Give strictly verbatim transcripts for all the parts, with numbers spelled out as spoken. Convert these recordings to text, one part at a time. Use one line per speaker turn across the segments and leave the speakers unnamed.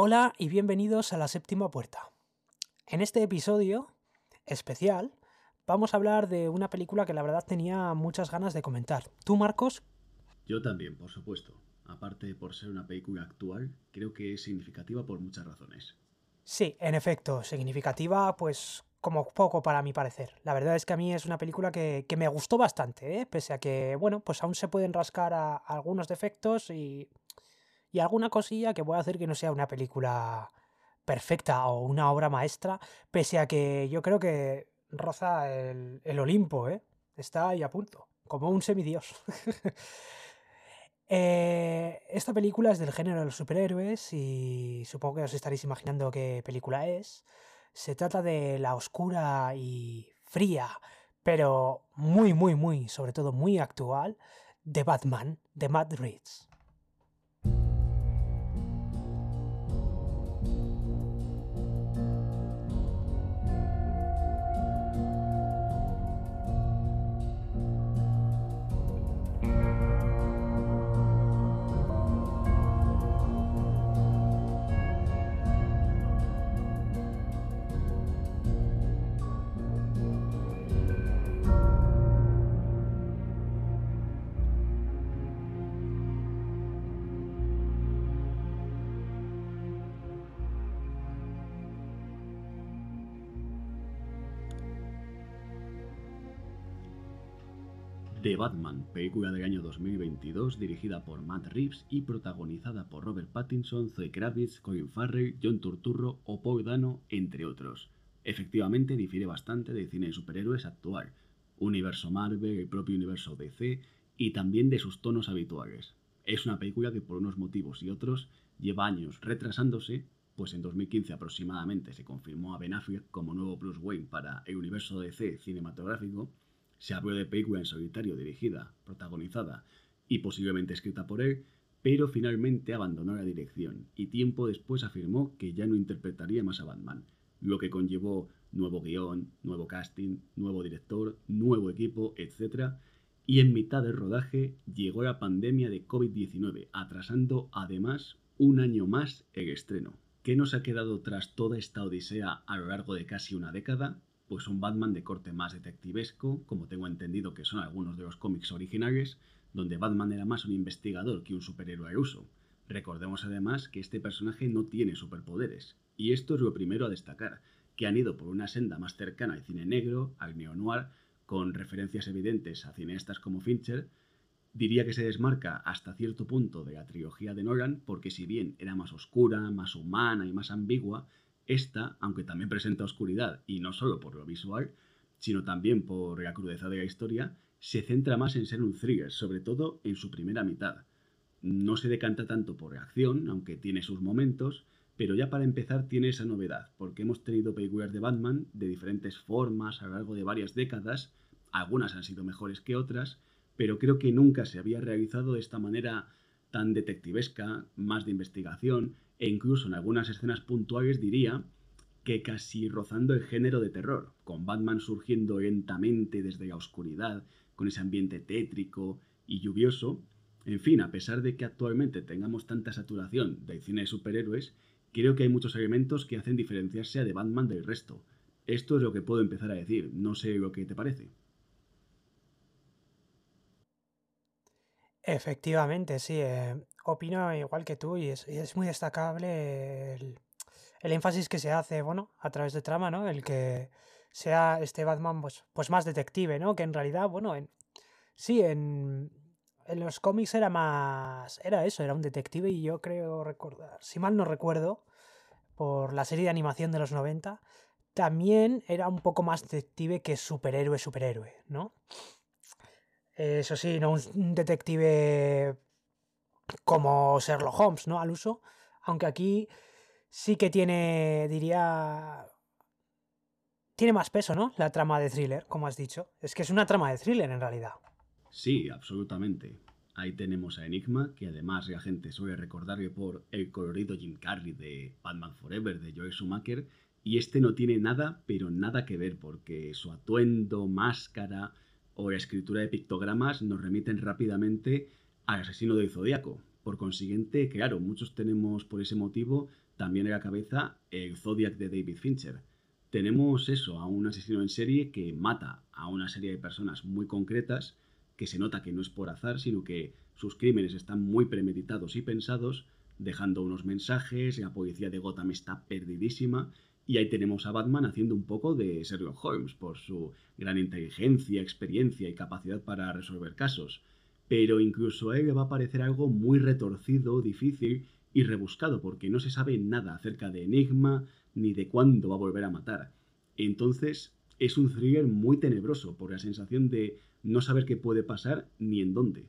Hola y bienvenidos a La Séptima Puerta. En este episodio especial vamos a hablar de una película que la verdad tenía muchas ganas de comentar. ¿Tú, Marcos?
Yo también, por supuesto. Aparte de por ser una película actual, creo que es significativa por muchas razones.
Sí, en efecto, significativa, pues como poco para mi parecer. La verdad es que a mí es una película que, que me gustó bastante, ¿eh? Pese a que, bueno, pues aún se pueden rascar a, a algunos defectos y, y alguna cosilla que puede hacer que no sea una película perfecta o una obra maestra, pese a que yo creo que roza el, el Olimpo, ¿eh? Está ahí a punto, como un semidios. Eh, esta película es del género de los superhéroes y supongo que os estaréis imaginando qué película es. Se trata de la oscura y fría, pero muy, muy, muy, sobre todo muy actual, de Batman, de Matt Reeves.
The Batman, película del año dos mil veintidós dirigida por Matt Reeves y protagonizada por Robert Pattinson, Zoe Kravitz, Colin Farrell, John Turturro o Paul Dano, entre otros. Efectivamente, difiere bastante del cine de superhéroes actual, universo Marvel, el propio universo D C y también de sus tonos habituales. Es una película que por unos motivos y otros lleva años retrasándose, pues en dos mil quince aproximadamente se confirmó a Ben Affleck como nuevo Bruce Wayne para el universo D C cinematográfico. Se habló de película en solitario dirigida, protagonizada y posiblemente escrita por él, pero finalmente abandonó la dirección y tiempo después afirmó que ya no interpretaría más a Batman, lo que conllevó nuevo guión, nuevo casting, nuevo director, nuevo equipo, etcétera. Y en mitad del rodaje llegó la pandemia de covid diecinueve, atrasando además un año más el estreno. ¿Qué nos ha quedado tras toda esta odisea a lo largo de casi una década? Pues un Batman de corte más detectivesco, como tengo entendido que son algunos de los cómics originales, donde Batman era más un investigador que un superhéroe al uso. Recordemos además que este personaje no tiene superpoderes, y esto es lo primero a destacar, que han ido por una senda más cercana al cine negro, al neo-noir, con referencias evidentes a cineastas como Fincher. Diría que se desmarca hasta cierto punto de la trilogía de Nolan, porque si bien era más oscura, más humana y más ambigua, esta, aunque también presenta oscuridad, y no solo por lo visual, sino también por la crudeza de la historia, se centra más en ser un thriller, sobre todo en su primera mitad. No se decanta tanto por la acción, aunque tiene sus momentos, pero ya para empezar tiene esa novedad, porque hemos tenido películas de Batman de diferentes formas a lo largo de varias décadas, algunas han sido mejores que otras, pero creo que nunca se había realizado de esta manera tan detectivesca, más de investigación, e incluso en algunas escenas puntuales diría que casi rozando el género de terror, con Batman surgiendo lentamente desde la oscuridad, con ese ambiente tétrico y lluvioso. En fin, a pesar de que actualmente tengamos tanta saturación del cine de superhéroes, creo que hay muchos elementos que hacen diferenciarse a The Batman del resto. Esto es lo que puedo empezar a decir, no sé lo que te parece.
Efectivamente, sí. Eh, opino igual que tú y es, y es muy destacable el, el énfasis que se hace, bueno, a través de trama, ¿no? El que sea este Batman, pues, pues más detective, ¿no? Que en realidad, bueno, en, sí, en, en los cómics era más, era eso, era un detective y yo creo recordar, si mal no recuerdo, por la serie de animación de los noventa también era un poco más detective que superhéroe, superhéroe, ¿no? Eso sí, no un detective como Sherlock Holmes, ¿no? Al uso. Aunque aquí sí que tiene, diría, tiene más peso, ¿no? La trama de thriller, como has dicho. Es que es una trama de thriller en realidad.
Sí, absolutamente. Ahí tenemos a Enigma, que además la gente suele recordarle por el colorido Jim Carrey de Batman Forever de Joel Schumacher, y este no tiene nada, pero nada que ver, porque su atuendo, máscara o la escritura de pictogramas nos remiten rápidamente al asesino del Zodíaco. Por consiguiente, claro, muchos tenemos por ese motivo también en la cabeza el Zodiac de David Fincher. Tenemos eso, a un asesino en serie que mata a una serie de personas muy concretas, que se nota que no es por azar, sino que sus crímenes están muy premeditados y pensados, dejando unos mensajes, la policía de Gotham está perdidísima, y ahí tenemos a Batman haciendo un poco de Sherlock Holmes por su gran inteligencia, experiencia y capacidad para resolver casos. Pero incluso a él le va a parecer algo muy retorcido, difícil y rebuscado, porque no se sabe nada acerca de Enigma ni de cuándo va a volver a matar. Entonces es un thriller muy tenebroso por la sensación de no saber qué puede pasar ni en dónde.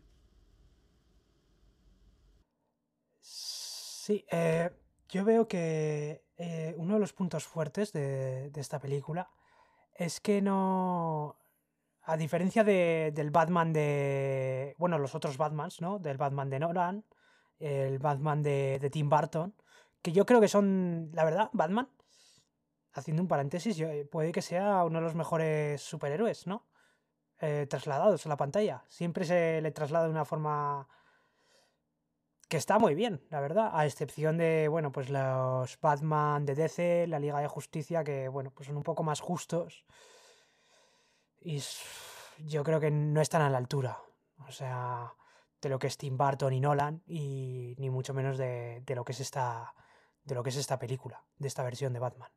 Sí, eh, yo veo que eh, uno de los puntos fuertes de, de esta película es que no, a diferencia de, del Batman de, bueno, los otros Batmans, ¿no? Del Batman de Nolan, el Batman de, de Tim Burton, que yo creo que son, la verdad, Batman, haciendo un paréntesis, yo- eh, puede que sea uno de los mejores superhéroes, ¿no? Eh, trasladados a la pantalla. Siempre se le traslada de una forma que está muy bien, la verdad, a excepción de, bueno, pues los Batman de D C, la Liga de Justicia, que, bueno, pues son un poco más justos y s- yo creo que no están a la altura, o sea, de lo que es Tim Burton y Nolan y ni mucho menos de, de lo que es esta, de lo que es esta película, de esta versión de Batman.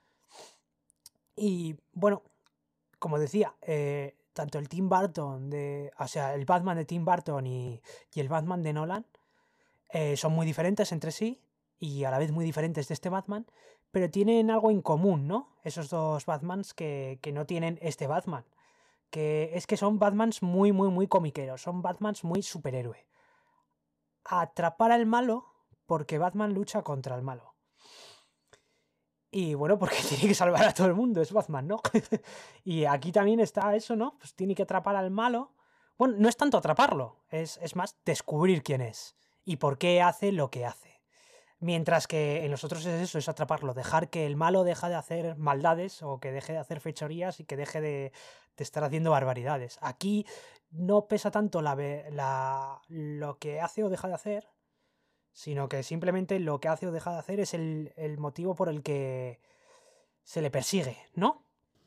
Y, bueno, como decía, eh, tanto el Tim Burton de, o sea, el Batman de Tim Burton y, y el Batman de Nolan eh, son muy diferentes entre sí y a la vez muy diferentes de este Batman, pero tienen algo en común, ¿no? Esos dos Batmans que, que no tienen este Batman, que es que son Batmans muy, muy, muy comiqueros, son Batmans muy superhéroe. Atrapar al malo porque Batman lucha contra el malo. Y bueno, porque tiene que salvar a todo el mundo, es Batman, ¿no? Y aquí también está eso, ¿no? Pues tiene que atrapar al malo. Bueno, no es tanto atraparlo, es, es más descubrir quién es y por qué hace lo que hace. Mientras que en los otros es eso, es atraparlo, dejar que el malo deje de hacer maldades o que deje de hacer fechorías y que deje de, de estar haciendo barbaridades. Aquí no pesa tanto la, ve- la- lo que hace o deja de hacer, sino que simplemente lo que hace o deja de hacer es el, el motivo por el que se le persigue, ¿no?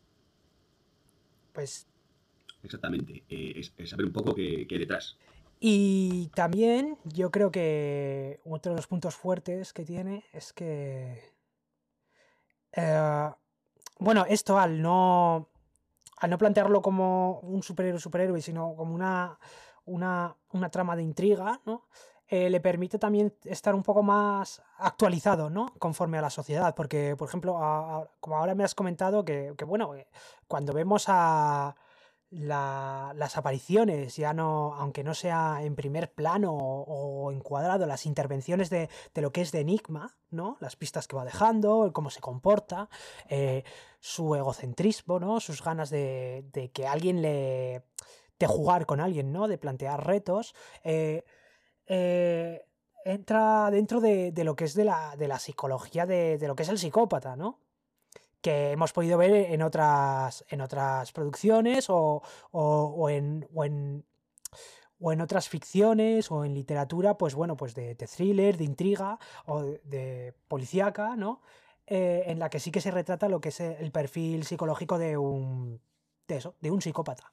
Pues.
Exactamente, eh, es, es saber un poco qué, qué hay detrás.
Y también yo creo que otro de los puntos fuertes que tiene es que. eh, bueno, esto al no. Al no plantearlo como un superhéroe superhéroe, sino como una, una, una trama de intriga, ¿no? Eh, le permite también estar un poco más actualizado, ¿no? Conforme a la sociedad. Porque, por ejemplo, a- a- como ahora me has comentado, que, que, bueno, eh, cuando vemos a la- las apariciones, ya no, aunque no sea en primer plano o, o encuadrado, las intervenciones de, de lo que es de Enigma, ¿no? Las pistas que va dejando, el cómo se comporta, eh, su egocentrismo, ¿no? Sus ganas de, de que alguien le. De jugar con alguien, ¿no? De plantear retos. eh, eh, entra dentro de, de lo que es de la, de la psicología de, de lo que es el psicópata, ¿no? Que hemos podido ver en otras, en otras producciones o, o, o en, o, en, o en otras ficciones o en literatura, pues bueno, pues de, de thriller, de intriga o de, de policíaca, ¿no? Eh, en la que sí que se retrata lo que es el perfil psicológico de un, de eso, de un psicópata.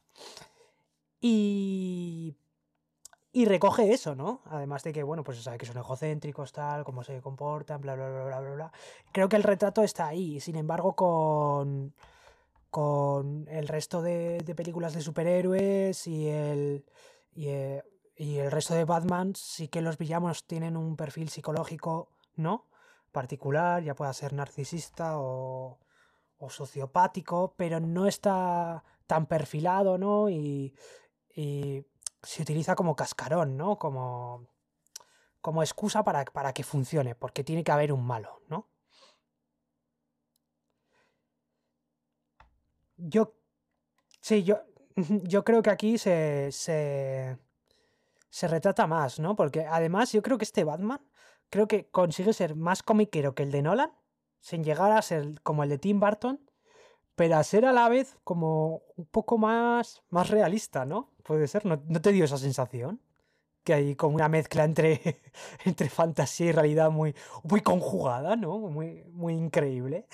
Y y recoge eso, ¿no? Además de que, bueno, pues se sabe que son egocéntricos, tal, cómo se comportan, bla, bla, bla, bla, bla, bla. Creo que el retrato está ahí. Sin embargo, con, con el resto de, de películas de superhéroes y el, y, eh, y el resto de Batman, sí que los villanos tienen un perfil psicológico, ¿no? Particular, ya pueda ser narcisista o, o sociopático, pero no está tan perfilado, ¿no? Y, y se utiliza como cascarón, ¿no? Como, como excusa para, para que funcione, porque tiene que haber un malo, ¿no? Yo, sí, yo, yo creo que aquí se, se, se retrata más, ¿no? Porque además yo creo que este Batman, creo que consigue ser más comiquero que el de Nolan, sin llegar a ser como el de Tim Burton, pero a ser a la vez como un poco más, más realista, ¿no? Puede ser, ¿no, no te dio esa sensación? que hay como una mezcla entre, entre fantasía y realidad muy, muy conjugada, ¿no? Muy, muy increíble.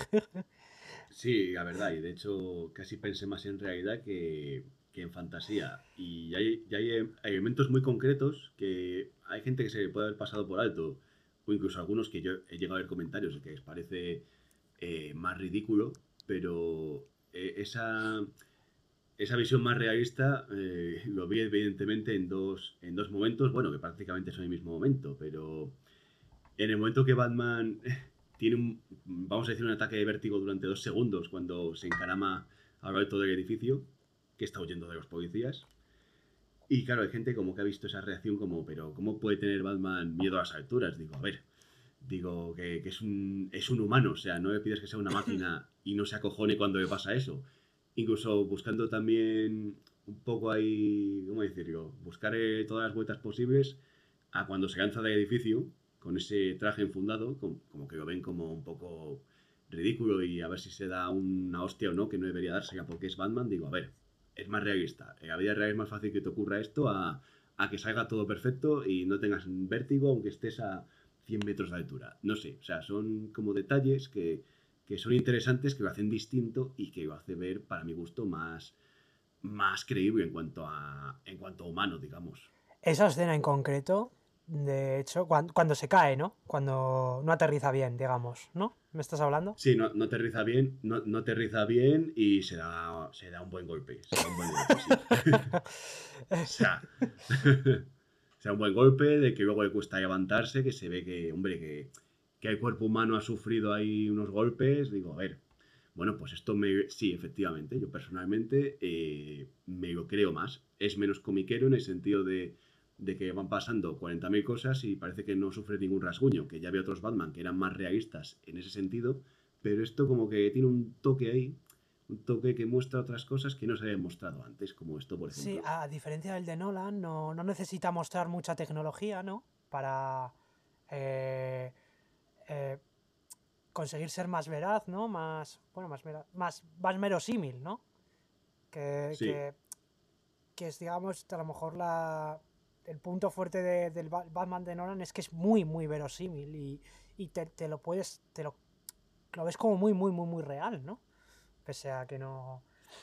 Sí, la verdad, y de hecho casi pensé más en realidad que, que en fantasía. Y hay, y hay, eh, hay elementos muy concretos que hay gente que se le puede haber pasado por alto, o incluso algunos que yo he llegado a ver comentarios que les parece eh, más ridículo, pero eh, esa, esa visión más realista eh, lo vi evidentemente en dos, en dos momentos, bueno, que prácticamente son el mismo momento, pero en el momento que Batman tiene un, vamos a decir, un ataque de vértigo durante dos segundos cuando se encarama a lo alto del edificio, que está huyendo de los policías. Y claro, hay gente como que ha visto esa reacción como, pero ¿cómo puede tener Batman miedo a las alturas? Digo, a ver, digo que, que es, un, es un humano, o sea, no le pides que sea una máquina y no se acojone cuando le pasa eso. Incluso buscando también un poco ahí, ¿cómo decirlo? Buscar eh, todas las vueltas posibles a cuando se lanza del edificio con ese traje enfundado, como, como que lo ven como un poco ridículo y a ver si se da una hostia o no, que no debería darse ya porque es Batman. Digo, a ver, es más realista. En la vida real es más fácil que te ocurra esto a, a que salga todo perfecto y no tengas un vértigo aunque estés a cien metros de altura. No sé, o sea, son como detalles que, que son interesantes, que lo hacen distinto y que lo hace ver, para mi gusto, más, más creíble en cuanto a, en cuanto a humano, digamos.
Esa escena en concreto, de hecho, cuan- cuando, se cae, ¿no? Cuando no aterriza bien, digamos, ¿no? ¿Me estás hablando?
Sí, no, no aterriza bien, no, no aterriza bien y se da, se da un buen golpe. Se da un buen golpe, sí. O sea, se da un buen golpe de que luego le cuesta levantarse, que se ve que, hombre, que, que el cuerpo humano ha sufrido ahí unos golpes. Digo, a ver, bueno, pues esto me... Sí, efectivamente, yo personalmente eh, me lo creo más. Es menos comiquero en el sentido de, de que van pasando cuarenta mil cosas y parece que no sufre ningún rasguño, que ya había otros Batman que eran más realistas en ese sentido, pero esto como que tiene un toque ahí, un toque que muestra otras cosas que no se habían mostrado antes, como esto, por
Sí,
ejemplo.
a diferencia del de Nolan, no, no necesita mostrar mucha tecnología, ¿no? Para eh, eh, conseguir ser más veraz, ¿no? Más, bueno, más, veraz, más, más verosímil, ¿no? Que,
Sí,
que, que es, digamos, a lo mejor la, el punto fuerte de- del Ba- Batman de Nolan es que es muy, muy verosímil y, y te, te lo puedes, te lo, lo ves como muy, muy, muy, muy real, ¿no? Pese a que no...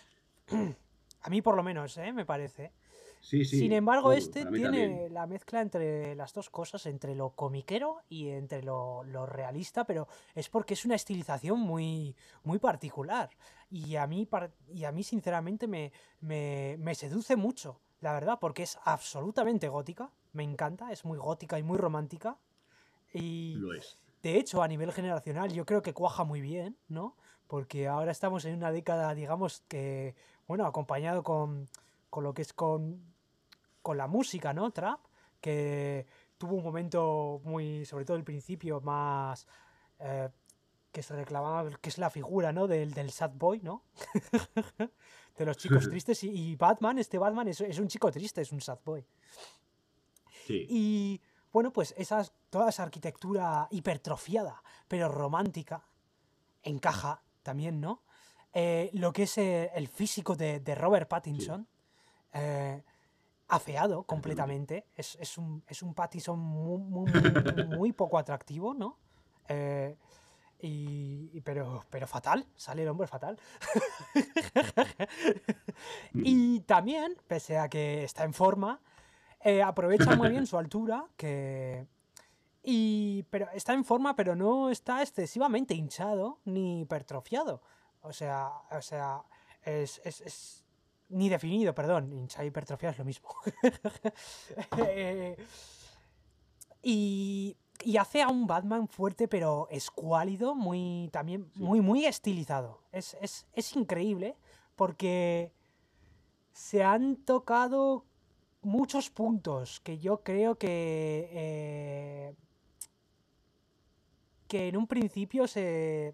A mí por lo menos, ¿eh? Me parece.
sí,
Sin
sí,
embargo,
no,
este
para mí también.
tiene la mezcla entre las dos cosas, entre lo comiquero y entre lo, lo realista, pero es porque es una estilización muy, muy particular. Y a mí, par- y a mí sinceramente, me, me, me seduce mucho, la verdad, porque es absolutamente gótica. Me encanta, es muy gótica y muy romántica. Y
Lo es.
de hecho, a nivel generacional, yo creo que cuaja muy bien, ¿no? Porque ahora estamos en una década, digamos, que, bueno, acompañado con, con lo que es con con la música, ¿no? Trap, que tuvo un momento muy, sobre todo el principio, más eh, que se reclamaba, que es la figura, ¿no? Del, del sad boy, ¿no? De los chicos tristes. Y, y Batman, este Batman es, es un chico triste, es un sad boy.
Sí,
Y bueno, pues esa, toda esa arquitectura hipertrofiada, pero romántica, encaja también, ¿no? Eh, lo que es eh, el físico de, de Robert
sí,
Pattinson, eh, afeado
efectivamente.
completamente. Es, es un, es un Pattison muy, muy, muy, muy poco atractivo, ¿no? Eh, y, y pero, pero fatal, sale el hombre fatal. Y también, pese a que está en forma, eh, aprovecha muy bien su altura, que... Y, pero está en forma, pero no está excesivamente hinchado ni hipertrofiado. O sea, o sea, es, es, es ni definido, perdón. Hinchado y hipertrofiado es lo mismo. Eh, y, y hace a un Batman fuerte, pero escuálido, muy, también
Sí.
muy, muy estilizado. Es, es, es increíble porque se han tocado muchos puntos que yo creo que, eh, que en un principio se,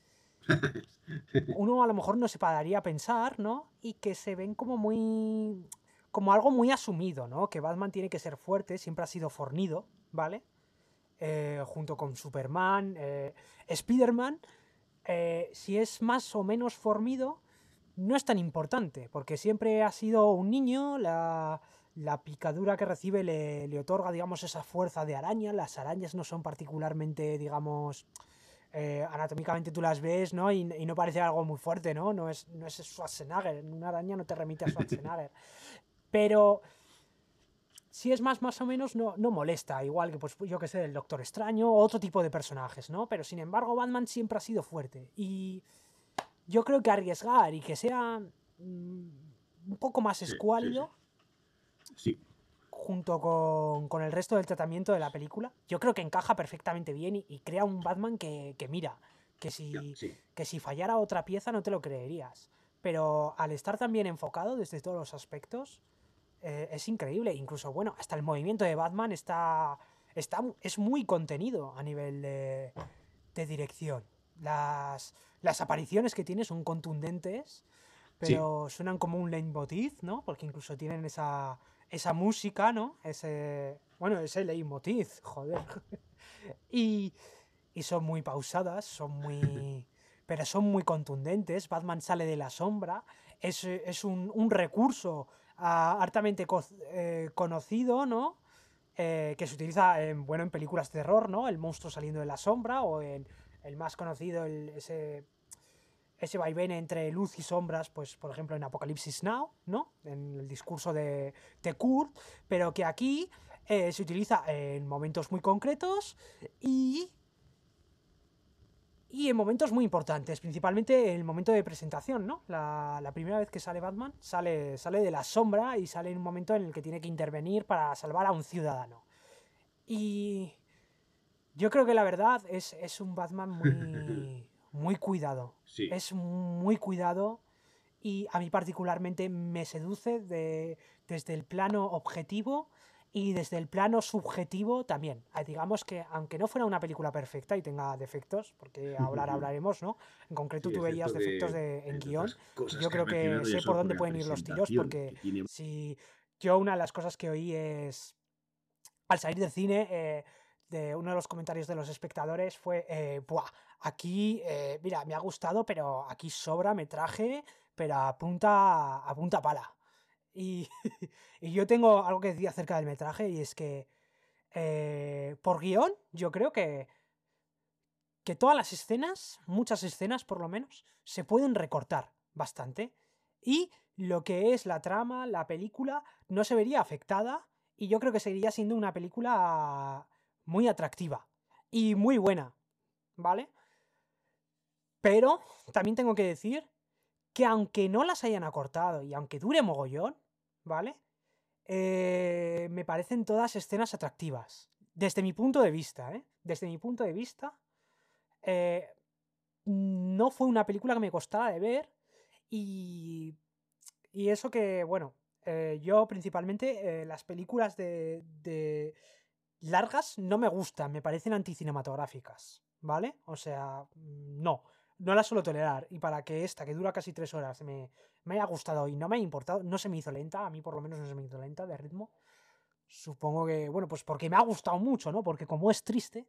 uno a lo mejor no se pararía a pensar, ¿no? Y que se ven como muy... como algo muy asumido, ¿no? Que Batman tiene que ser fuerte, siempre ha sido fornido, ¿vale? Eh, junto con Superman, eh, Spider-Man, eh, si es más o menos fornido, no es tan importante, porque siempre ha sido un niño, la, la picadura que recibe le, le otorga, digamos, esa fuerza de araña. Las arañas no son particularmente, digamos, eh, anatómicamente tú las ves, ¿no? Y, y no parece algo muy fuerte, ¿no? No es, no es Schwarzenegger. Una araña no te remite a Schwarzenegger. Pero si es más, más o menos, no, no molesta. Igual que, pues, yo que sé, el Doctor Extraño o otro tipo de personajes, ¿no? Pero sin embargo, Batman siempre ha sido fuerte. Y yo creo que arriesgar y que sea mm, un poco más
Sí, sí, sí.
escuálido
Sí,
junto con, con el resto del tratamiento de la película, yo creo que encaja perfectamente bien y, y crea un Batman que, que mira, que
ya,
si,
sí.
que si fallara otra pieza no te lo creerías. Pero al estar tan bien enfocado desde todos los aspectos, eh, es increíble. Incluso, bueno, hasta el movimiento de Batman está, está es muy contenido a nivel de, de dirección. Las, las apariciones que tiene son contundentes,
Sí,
pero suenan como un leitmotiv, ¿no? Porque incluso tienen esa, esa música, ¿no? Ese, bueno, ese leitmotiv, joder. Y, y son muy pausadas, son muy... pero son muy contundentes. Batman sale de la sombra. Es, es un, un recurso ah, hartamente co eh, conocido, ¿no? Eh, que se utiliza en, bueno, en películas de terror, ¿no? El monstruo saliendo de la sombra o en el más conocido, el, ese ese vaivén entre luz y sombras, pues por ejemplo en Apocalipsis Now, ¿no? En el discurso de, de Kurt, pero que aquí eh, se utiliza en momentos muy concretos y, y en momentos muy importantes, principalmente en el momento de presentación, ¿no? La, la primera vez que sale Batman sale, sale de la sombra y sale en un momento en el que tiene que intervenir para salvar a un ciudadano. Y yo creo que la verdad es, es un Batman muy, muy cuidado.
sí.
Es muy cuidado y a mí particularmente me seduce de, desde el plano objetivo y desde el plano subjetivo también. Ah, digamos que aunque no fuera una película perfecta y tenga defectos, porque ahora hablaremos, ¿no? En concreto
Sí,
tú
es
veías
cierto
defectos
que,
de, en
entre
guión
otras
y
cosas
yo
que has
creo que
mencionado, ya
sé por
solo por
dónde
la
pueden ir los tiros
presentación,
porque
que tiene...
si yo una de las cosas que oí es al salir del cine, eh, de uno de los comentarios de los espectadores fue, eh, Buah, aquí, eh, mira, me ha gustado, pero aquí sobra metraje, pero a punta, a punta pala. Y, y yo tengo algo que decir acerca del metraje, y es que eh, por guión, yo creo que, que todas las escenas, muchas escenas por lo menos, se pueden recortar bastante. Y lo que es la trama, la película, no se vería afectada. Y yo creo que seguiría siendo una película muy atractiva y muy buena, ¿vale? Pero también tengo que decir que aunque no las hayan acortado y aunque dure mogollón, ¿vale? Eh, me parecen todas escenas atractivas. Desde mi punto de vista, ¿eh? Desde mi punto de vista, eh, no fue una película que me costara de ver y, y eso que, bueno, eh, yo principalmente eh, las películas de, de largas no me gustan, me parecen anticinematográficas, ¿vale? O sea, mm, no, no las suelo tolerar y para que esta, que dura casi tres horas, me, me haya gustado y no me haya importado, no se me hizo lenta, a mí por lo menos no se me hizo lenta de ritmo. Supongo que, bueno, pues porque me ha gustado mucho, ¿no? Porque como es triste,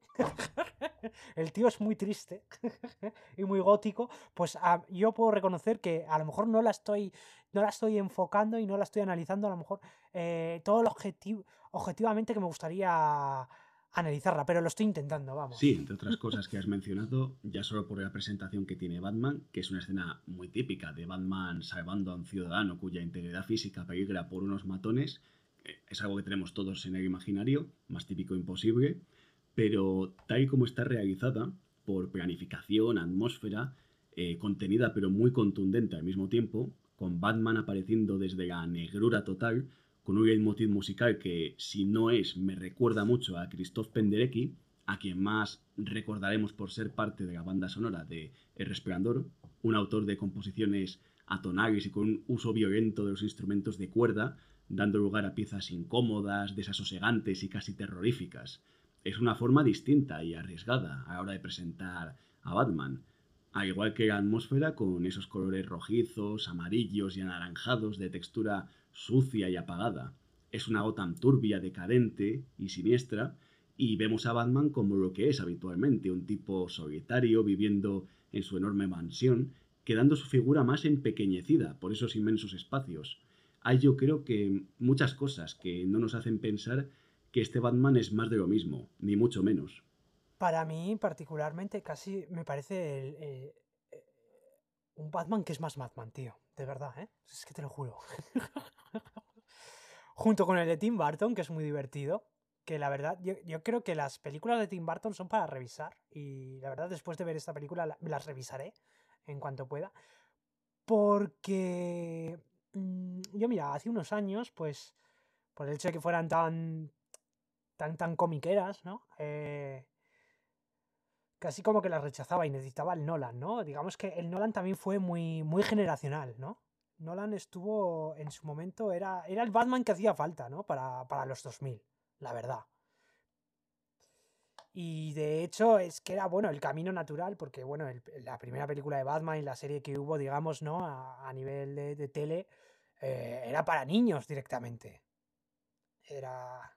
el tío es muy triste y muy gótico, pues a, yo puedo reconocer que a lo mejor no la estoy, no la estoy enfocando y no la estoy analizando a lo mejor eh, todo el objetivo, objetivamente que me gustaría analizarla, pero lo estoy intentando,
Sí,
vamos.
entre otras cosas que has mencionado, ya solo por la presentación que tiene Batman, que es una escena muy típica de Batman salvando a un ciudadano cuya integridad física peligra por unos matones, eh, es algo que tenemos todos en el imaginario, más típico imposible, pero tal y como está realizada, por planificación, atmósfera, eh, contenida pero muy contundente al mismo tiempo, con Batman apareciendo desde la negrura total, con un leitmotiv musical que, si no es, me recuerda mucho a Christoph Penderecki, a quien más recordaremos por ser parte de la banda sonora de El Resplandor, un autor de composiciones atonales y con un uso violento de los instrumentos de cuerda, dando lugar a piezas incómodas, desasosegantes y casi terroríficas. Es una forma distinta y arriesgada a la hora de presentar a Batman, al igual que la atmósfera con esos colores rojizos, amarillos y anaranjados de textura sucia y apagada. Es una Gotham turbia, decadente y siniestra, y vemos a Batman como lo que es habitualmente, un tipo solitario viviendo en su enorme mansión, quedando su figura más empequeñecida por esos inmensos espacios. Hay yo creo que muchas cosas que no nos hacen pensar que este Batman es más de lo mismo, ni mucho menos.
Para mí, particularmente, casi me parece el, eh, eh, un Batman que es más Batman, tío. De verdad, ¿eh? Es que te lo juro. Junto con el de Tim Burton, que es muy divertido. Que la verdad, yo, yo creo que las películas de Tim Burton son para revisar. Y la verdad, después de ver esta película, la- las revisaré en cuanto pueda. Porque mm, yo, mira, hace unos años, pues, por el hecho de que fueran tan, tan, tan comiqueras, ¿no? Eh, casi como que las rechazaba y necesitaba el Nolan, ¿no? Digamos que el Nolan también fue muy, muy generacional, ¿no? Nolan estuvo en su momento, era, era el Batman que hacía falta, ¿no? Para, para los dos mil, la verdad. Y de hecho es que era, bueno, el camino natural, porque, bueno, el- la primera película de Batman y la serie que hubo, digamos, ¿no? A, a nivel de, de tele, eh, era para niños directamente. Era...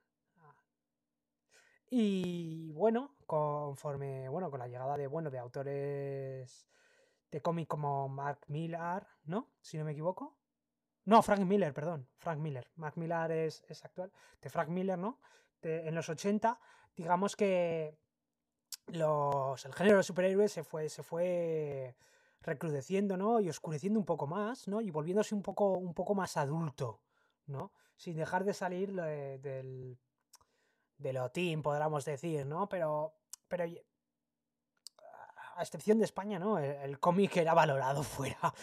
Y bueno, conforme, bueno, con la llegada de, bueno, de autores de cómic como Mark Millar, ¿no? Si no me equivoco. No, Frank Miller, perdón. Frank Miller. Mark Millar es, es actual. De Frank Miller, ¿no? De- en los ochenta, digamos que los, el género de superhéroes se fue, se fue recrudeciendo, ¿no? Y oscureciendo un poco más, ¿no? Y volviéndose un poco, un poco más adulto, ¿no? Sin dejar de salir de- del, de lo teen, podríamos decir, ¿no? Pero, pero a excepción de España, ¿no? El, el cómic era valorado fuera.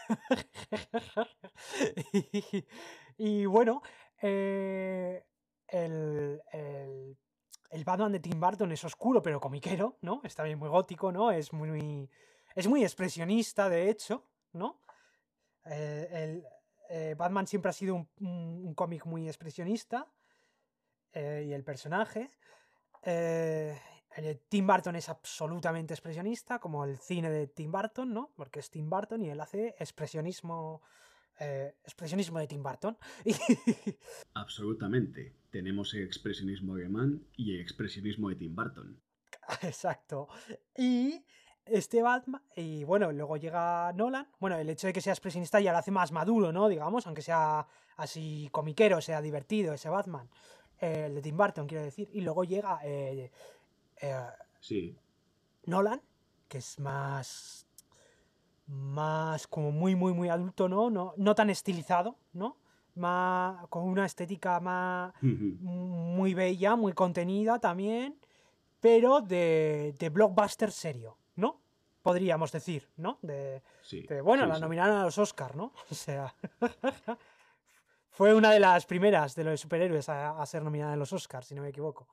y, y bueno, eh, el, el, el Batman de Tim Burton es oscuro, pero comiquero, ¿no? Está bien muy gótico, ¿no? Es muy, es muy expresionista, de hecho, ¿no? Eh, el, eh, Batman siempre ha sido un, un- un cómic muy expresionista, eh, y el personaje. Eh, el de Tim Burton es absolutamente expresionista, como el cine de Tim Burton, ¿no? Porque es Tim Burton y él hace expresionismo, eh, expresionismo de Tim Burton.
Absolutamente. Tenemos el expresionismo alemán y el expresionismo de Tim Burton.
Exacto. Y este Batman, y bueno, luego llega Nolan. Bueno, el hecho de que sea expresionista ya lo hace más maduro, ¿no? Digamos, aunque sea así comiquero, sea divertido ese Batman. Eh, el de Tim Burton, quiero decir. Y luego llega eh, eh,
Sí.
Nolan, que es más más como muy, muy, muy adulto, ¿no? No, no tan estilizado, ¿no? Más, con una estética más muy bella, muy contenida también, pero de, de blockbuster serio, ¿no? Podríamos decir, ¿no? De,
Sí,
de, bueno,
sí,
la
sí.
nominaron a los Oscars, ¿no? O sea, fue una de las primeras de los superhéroes a, a ser nominada en los Oscars, si no me equivoco.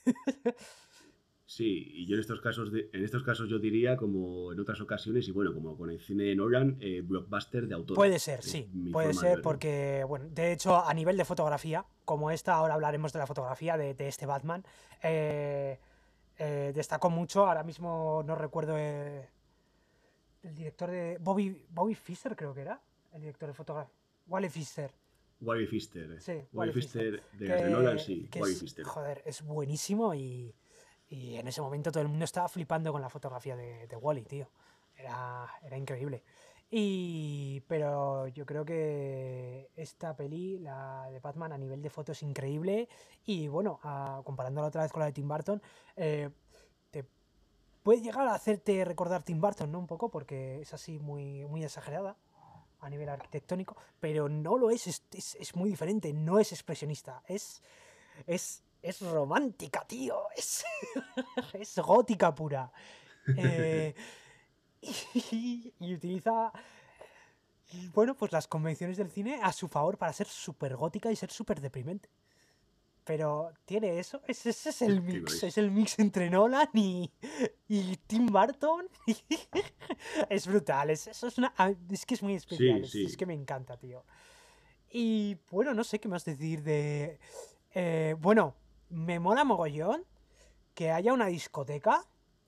Sí, y yo en estos casos, de- en estos casos yo diría, como en otras ocasiones, y bueno, como con el cine de Nolan, eh, blockbuster de autor.
Puede ser,
Es
sí,
mi
puede
forma de
ser
verlo.
porque, bueno, de hecho a nivel de fotografía, como esta, ahora hablaremos de la fotografía de, de este Batman, eh, eh, destacó mucho, ahora mismo no recuerdo eh, el director de... Bobby, Bobby Fischer creo que era, el director de fotografía. Wally Fischer,
Wally Pfister.
sí,
Wally
Wally Fischer,
Pfister de las de Nolan,
que,
sí,
que
Wally
es,
Pfister.
joder, es buenísimo y, y en ese momento todo el mundo estaba flipando con la fotografía de, de Wally, tío. Era, era increíble. Y, pero yo creo que esta peli, la de Batman, a nivel de foto es increíble. Y bueno, a- comparándola otra vez con la de Tim Burton, eh, te puede llegar a hacerte recordar Tim Burton, ¿no? Un poco, porque es así muy, muy exagerada a nivel arquitectónico, pero no lo es, es, es, es muy diferente, no es expresionista, es, es, es romántica, tío, es, es gótica pura. Eh, y, y utiliza, bueno, pues las convenciones del cine a su favor para ser súper gótica y ser súper deprimente. Pero tiene eso, ese, ese es el
Qué
mix,
guays.
es el mix entre Nolan y, y Tim Burton. Es brutal, es, eso es, una, es que es muy especial,
Sí,
es, es
sí.
que me encanta, tío. Y bueno, no sé qué más decir de... eh, bueno, me mola mogollón que haya una discoteca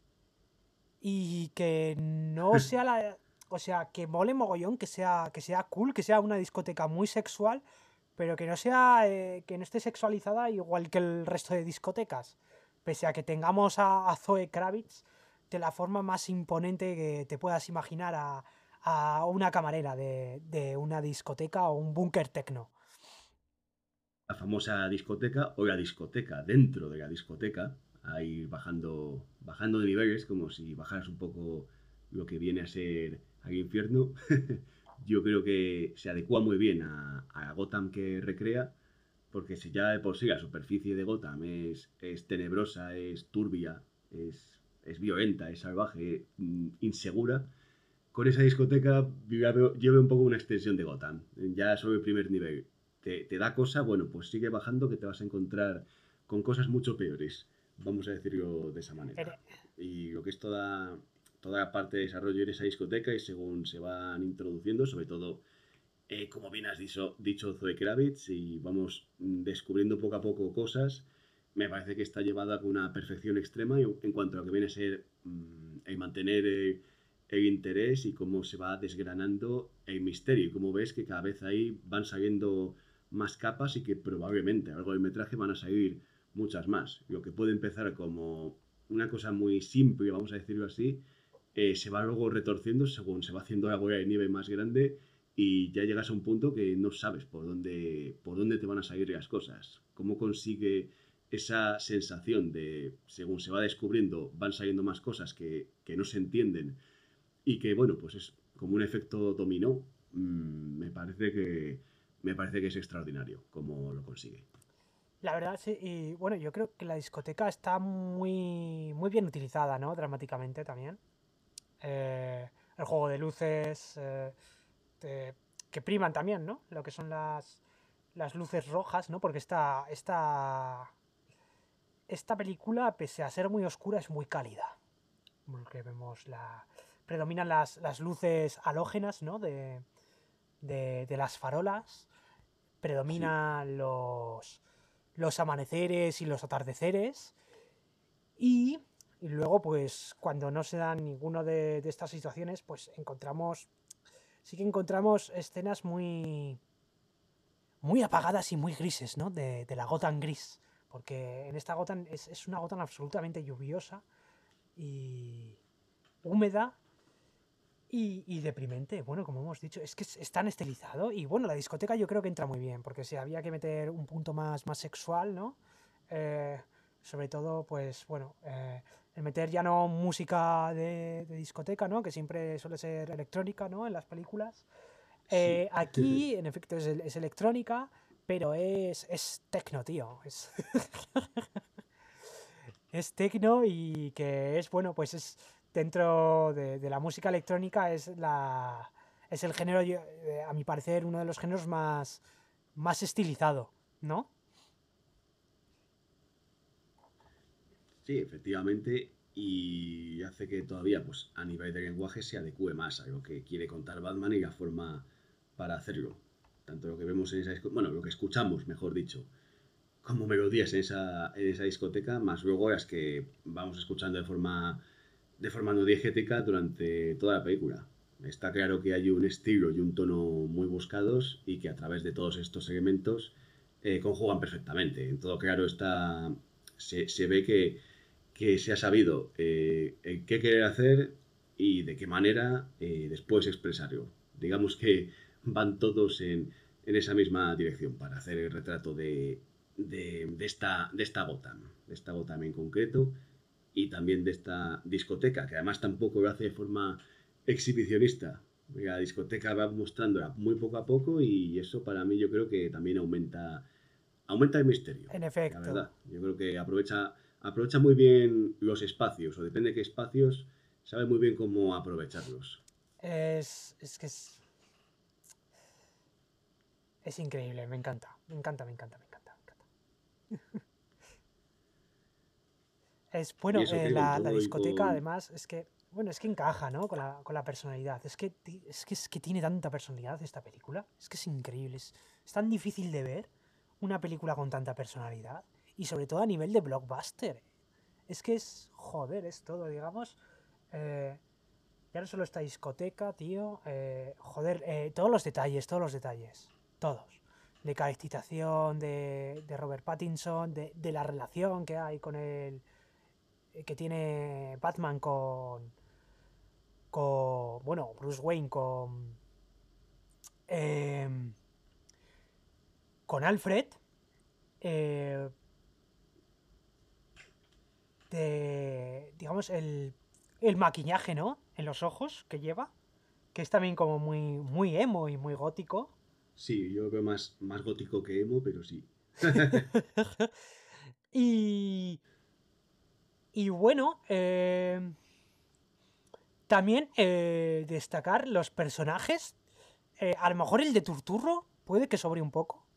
y que no sea la... O sea, que mole mogollón, que sea, que sea cool, que sea una discoteca muy sexual, pero que no sea... eh, que no esté sexualizada igual que el resto de discotecas. Pese a que tengamos a, a Zoe Kravitz de la forma más imponente que te puedas imaginar a, a una camarera de, de una discoteca o un búnker techno.
la famosa discoteca o la discoteca dentro de la discoteca, a ir bajando, bajando de niveles, como si bajaras un poco lo que viene a ser al infierno. Yo creo que se adecua muy bien a, a Gotham que recrea, porque si ya de por sí la superficie de Gotham es, es tenebrosa, es turbia, es, es violenta, es salvaje, mm, insegura, con esa discoteca yo veo, yo veo un poco una extensión de Gotham, ya sobre el primer nivel. Te, te da cosa, bueno, pues sigue bajando que te vas a encontrar con cosas mucho peores, vamos a decirlo de esa
En,
manera. Y lo que es toda, toda la parte de desarrollo en esa discoteca y según se van introduciendo, sobre todo, eh, como bien has dicho, dicho Zoe Kravitz, y vamos mm, descubriendo poco a poco cosas, me parece que está llevada con una perfección extrema en cuanto a lo que viene a ser mmm, el mantener eh, el interés y cómo se va desgranando el misterio. Y cómo ves que cada vez ahí van saliendo más capas y que probablemente a lo largo del metraje van a salir muchas más. Lo que puede empezar como una cosa muy simple, vamos a decirlo así, eh, se va luego retorciendo según se va haciendo la bola de nieve más grande y ya llegas a un punto que no sabes por dónde, por dónde te van a salir las cosas. ¿Cómo consigue esa sensación de, según se va descubriendo, van saliendo más cosas que, que no se entienden y que, bueno, pues es como un efecto dominó? Mmm, me parece que me parece que es extraordinario cómo lo consigue.
La verdad, sí, y bueno, yo creo que la discoteca está muy, muy bien utilizada, ¿no? Dramáticamente también. Eh, el juego de luces, eh, te- que priman también, ¿no? Lo que son las, las luces rojas, ¿no? Porque esta, esta, esta película, pese a ser muy oscura, es muy cálida. Porque vemos la... Predominan las, las luces halógenas, ¿no? De, de, de las farolas.
Sí,
Predominan los, los amaneceres y los atardeceres. Y, y luego, pues, cuando no se dan ninguno de, de estas situaciones, pues encontramos. Sí que encontramos escenas muy. Muy apagadas y muy grises, ¿no? De, de la Gotham gris. Porque en esta Gotham es, es una Gotham absolutamente lluviosa y húmeda y, y deprimente. Bueno, como hemos dicho, es que es, es tan estilizado. Y bueno, la discoteca yo creo que entra muy bien, porque si había que meter un punto más, más sexual, ¿no? Eh, sobre todo, pues bueno, eh, el meter ya no música de, de discoteca, ¿no? Que siempre suele ser electrónica, ¿no? En las películas.
sí.
Eh, aquí, en efecto, es, es electrónica, pero es, es tecno, tío. Es, es tecno y que es, bueno, pues es dentro de, de la música electrónica es la es el género, eh, a mi parecer, uno de los géneros más, más estilizado, ¿no?
Sí, efectivamente, y hace que todavía, pues a nivel de lenguaje, se adecue más a lo que quiere contar Batman y la forma para hacerlo. Tanto lo que vemos en esa, bueno, lo que escuchamos, mejor dicho, como melodías en esa, en esa discoteca, más luego las que vamos escuchando de forma, de forma no diegética durante toda la película. Está claro que hay un estilo y un tono muy buscados y que a través de todos estos elementos eh, conjugan perfectamente. En todo claro está, se, se ve que, que se ha sabido eh, qué querer hacer y de qué manera eh, después expresarlo. Digamos que van todos en, en esa misma dirección para hacer el retrato de, de, de, esta, de esta Gotham, de esta Gotham en concreto y también de esta discoteca, que además tampoco lo hace de forma exhibicionista. La discoteca va mostrándola muy poco a poco y eso para mí yo creo que también aumenta, aumenta el misterio,
En
la
efecto.
verdad. Yo creo que aprovecha, aprovecha muy bien los espacios, o depende de qué espacios, sabe muy bien cómo aprovecharlos.
Es, es que es, es increíble, me encanta, me encanta, me encanta, me encanta, me encanta. Es
Y
bueno,
eso
eh,
que con
la, la
todo y
discoteca
con...
además es que, bueno, es que encaja, ¿no? Con la, con la personalidad. Es que, ti- es que es que tiene tanta personalidad esta película. Es que es increíble. Es, es tan difícil de ver una película con tanta personalidad. Y sobre todo a nivel de blockbuster. Es que es, joder, es todo, digamos. Eh, ya no solo esta discoteca, tío. eh, joder, eh, todos los detalles, todos los detalles. Todos. De cada excitación, de, de Robert Pattinson, de, de la relación que hay con el que tiene Batman con, con bueno, Bruce Wayne con, eh, con Alfred. eh, de, digamos, el, el maquillaje, ¿no? En los ojos que lleva, que es también como muy, muy emo y muy gótico.
Sí, yo lo veo más, más gótico que emo, pero sí.
y, y bueno, eh, también eh, destacar los personajes. Eh, a lo mejor el de Turturro puede que sobre un poco,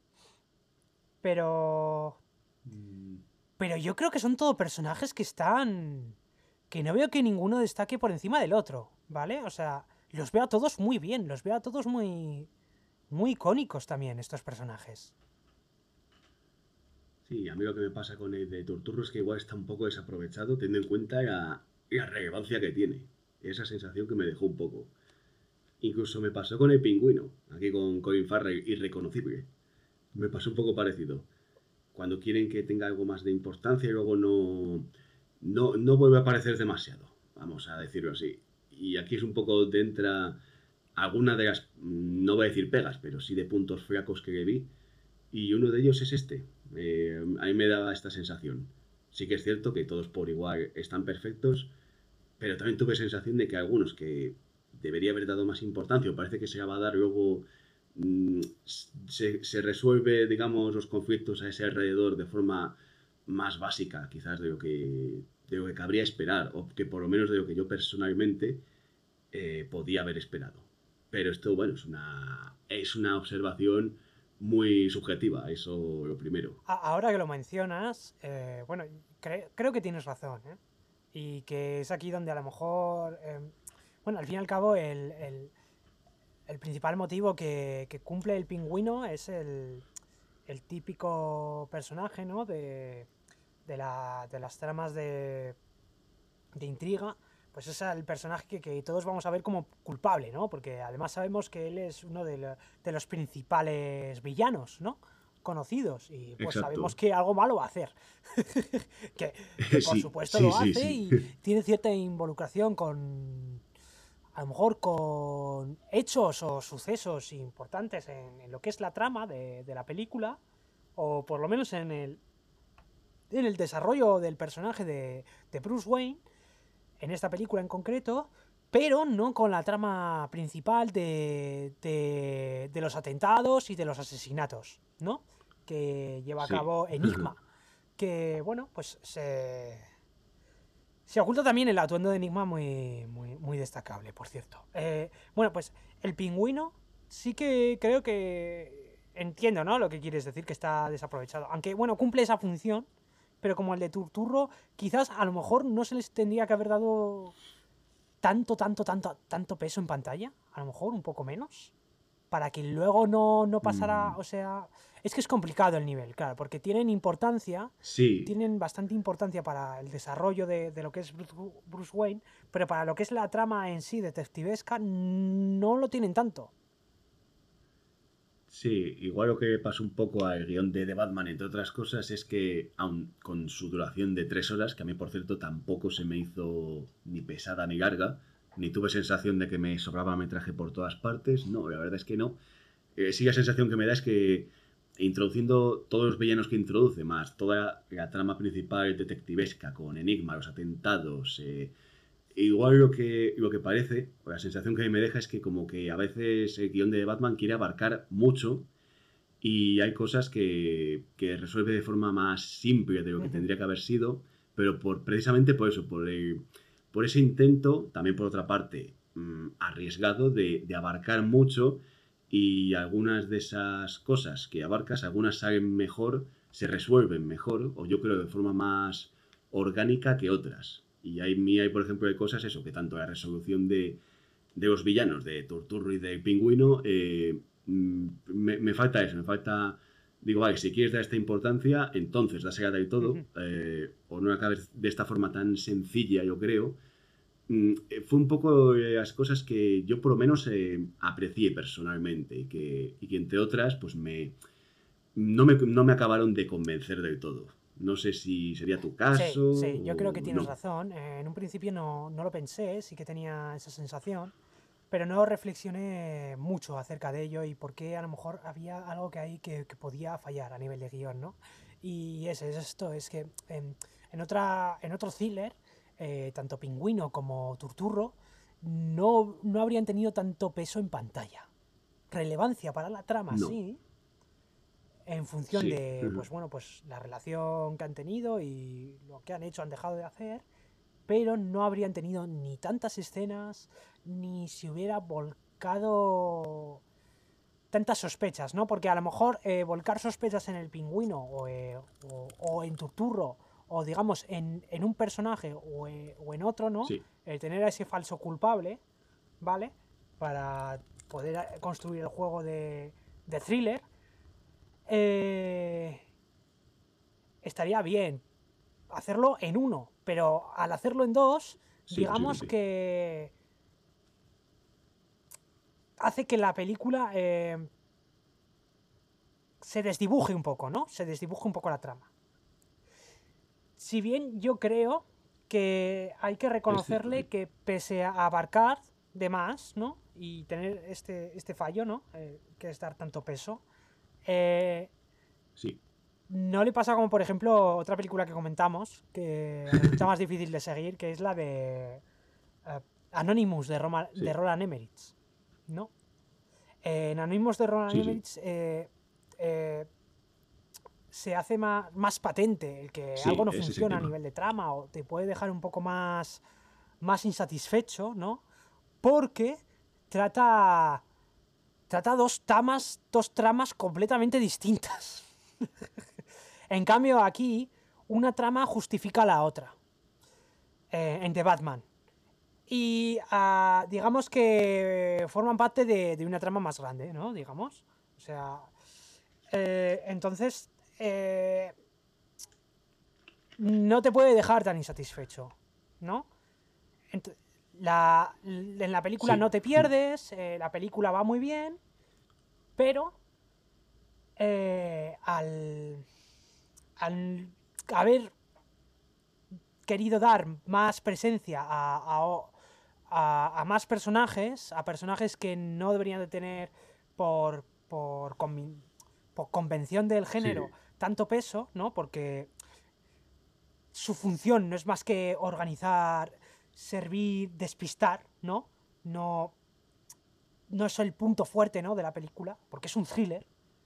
pero
Mm,
pero yo creo que son todo personajes que están que no veo que ninguno destaque por encima del otro, ¿vale? O sea, los veo a todos muy bien, los veo a todos muy muy icónicos también estos personajes.
sí, a mí lo que me pasa con el de Turturro es que igual está un poco desaprovechado, teniendo en cuenta la, la relevancia que tiene. Esa sensación que me dejó un poco. Incluso me pasó con el pingüino, aquí con Colin Farrell, irreconocible. Me pasó un poco parecido. Cuando quieren que tenga algo más de importancia y luego no, no, no vuelve a aparecer demasiado, vamos a decirlo así. Y aquí es un poco de entra alguna de las, no voy a decir pegas, pero sí de puntos flacos que le vi. Y uno de ellos es este. Eh, a mí me da esta sensación. Sí que es cierto que todos por igual están perfectos, pero también tuve sensación de que algunos que debería haber dado más importancia o parece que se va a dar luego mmm, se, se, resuelve, digamos, los conflictos a ese alrededor de forma más básica, quizás de lo que, de lo que cabría esperar, o que por lo menos de lo que yo personalmente eh, podía haber esperado. Pero esto, bueno, es una, es una observación muy subjetiva, eso lo primero.
Ahora que lo mencionas, eh, bueno, cre creo que tienes razón, ¿eh? Y que es aquí donde a lo mejor, eh, bueno, al fin y al cabo el, el, el principal motivo que, que, cumple el pingüino es el, el típico personaje, ¿no? De, de, la, de las tramas de, de intriga, pues es el personaje que, que, todos vamos a ver como culpable, ¿no? Porque además sabemos que él es uno de, la, de los principales villanos, ¿no? Conocidos, y pues sabemos
Exacto.
que algo malo va a hacer. que, que por
Sí,
supuesto
sí,
lo
sí,
hace
sí.
y tiene cierta involucración con, a lo mejor con hechos o sucesos importantes en, en lo que es la trama de, de, la película, o por lo menos en el, en el desarrollo del personaje de, de Bruce Wayne, en esta película en concreto, pero no con la trama principal de, de, de los atentados y de los asesinatos, ¿no? Que lleva a
Sí.
cabo Enigma. Que, bueno, pues se, se oculta también el atuendo de Enigma muy, muy, muy destacable, por cierto. Eh, bueno, pues el pingüino sí que creo que entiendo, ¿no? Lo que quieres decir, que está desaprovechado. Aunque, bueno, cumple esa función, pero como el de Turturro, quizás a lo mejor no se les tendría que haber dado tanto, tanto, tanto, tanto peso en pantalla. A lo mejor un poco menos. Para que luego no, no pasara,
Mm,
o sea... Es que es complicado el nivel, claro, porque tienen importancia,
sí,
tienen bastante importancia para el desarrollo de, de lo que es Bruce, Bruce Wayne, pero para lo que es la trama en sí detectivesca no lo tienen tanto.
sí, igual lo que pasó un poco al guión de The Batman, entre otras cosas, es que, aun con su duración de tres horas, que a mí, por cierto, tampoco se me hizo ni pesada ni larga, ni tuve sensación de que me sobraba metraje por todas partes, no, la verdad es que no. Eh, sí, la sensación que me da es que introduciendo todos los villanos que introduce, más toda la trama principal detectivesca, con Enigma, los atentados, eh, igual lo que, lo que parece, o la sensación que me deja es que como que a veces el guión de Batman quiere abarcar mucho y hay cosas que, que resuelve de forma más simple de lo que tendría que haber sido, pero por, precisamente por eso, por, el, por ese intento, también por otra parte, mmm, arriesgado de, de abarcar mucho y algunas de esas cosas que abarcas, algunas salen mejor, se resuelven mejor, o yo creo de forma más orgánica que otras. Y hay, hay por ejemplo, hay cosas, eso, que tanto la resolución de, de los villanos, de Turturro y de Pingüino, eh, me, me, falta eso, me falta... Digo, vale, si quieres dar esta importancia, entonces dásela del todo, eh, o no acabes de esta forma tan sencilla, yo creo. Mm, fue un poco las cosas que yo por lo menos eh, aprecié personalmente y que, y que entre otras, pues me no, me no me acabaron de convencer del todo. No sé si sería tu
Sí,
caso
sí, yo creo que
o
tienes
no.
razón. Eh, en un principio no, no lo pensé, sí que tenía esa sensación, pero no reflexioné mucho acerca de ello y por qué a lo mejor había algo que ahí que, que podía fallar a nivel de guión, ¿no? Y es, es esto, es que en, en otra, en otro thriller, eh, tanto Pingüino como Turturro no, no habrían tenido tanto peso en pantalla. Relevancia para la trama,
No,
sí, en función
sí.
de,
Ujú.
pues bueno, pues la relación que han tenido y lo que han hecho, han dejado de hacer, pero no habrían tenido ni tantas escenas, ni se hubiera volcado tantas sospechas, ¿no? Porque a lo mejor eh, volcar sospechas en el pingüino o, eh, o, o en Turturro o digamos en, en un personaje o, eh, o en otro, ¿no?
Sí,
El tener a ese falso culpable, ¿vale? Para poder eh, construir el juego de, de thriller, eh, estaría bien hacerlo en uno, pero al hacerlo en dos,
sí,
digamos
posiblemente.
que hace que la película eh, se desdibuje un poco, ¿no? Se desdibuje un poco la trama. Si bien yo creo que hay que
Es cierto,
reconocerle
sí.
que pese a abarcar de más, ¿no? Y tener este, este fallo, ¿no? Eh, que es dar tanto peso, eh,
Sí,
no le pasa como, por ejemplo, otra película que comentamos, que resulta más difícil de seguir, que es la de eh, Anonymous de, Roma, de
sí,
Roland Emmerich, ¿no? Eh, en Anonymous de Roland
sí, sí.
Emmerich eh, eh, se hace más, más patente el que algo
Sí,
no
ese es el
funciona a
tema.
nivel de trama o te puede dejar un poco más, más insatisfecho, ¿no? Porque trata, trata dos tramas, dos tramas completamente distintas. En cambio, aquí, una trama justifica la otra, eh, en The Batman. Y uh, digamos que forman parte de, de, una trama más grande, ¿no? Digamos. O sea, eh, entonces, eh, no te puede dejar tan insatisfecho, ¿no? Ent la, en la película
Sí.
no te pierdes, eh, la película va muy bien, pero eh, al, al haber querido dar más presencia a, a, a, a, más personajes, a personajes que no deberían de tener por, por, conven por convención del género
Sí,
tanto peso, ¿no? Porque su función no es más que organizar, servir, despistar, ¿no? No, no es el punto fuerte, ¿no? De la película, porque es un thriller,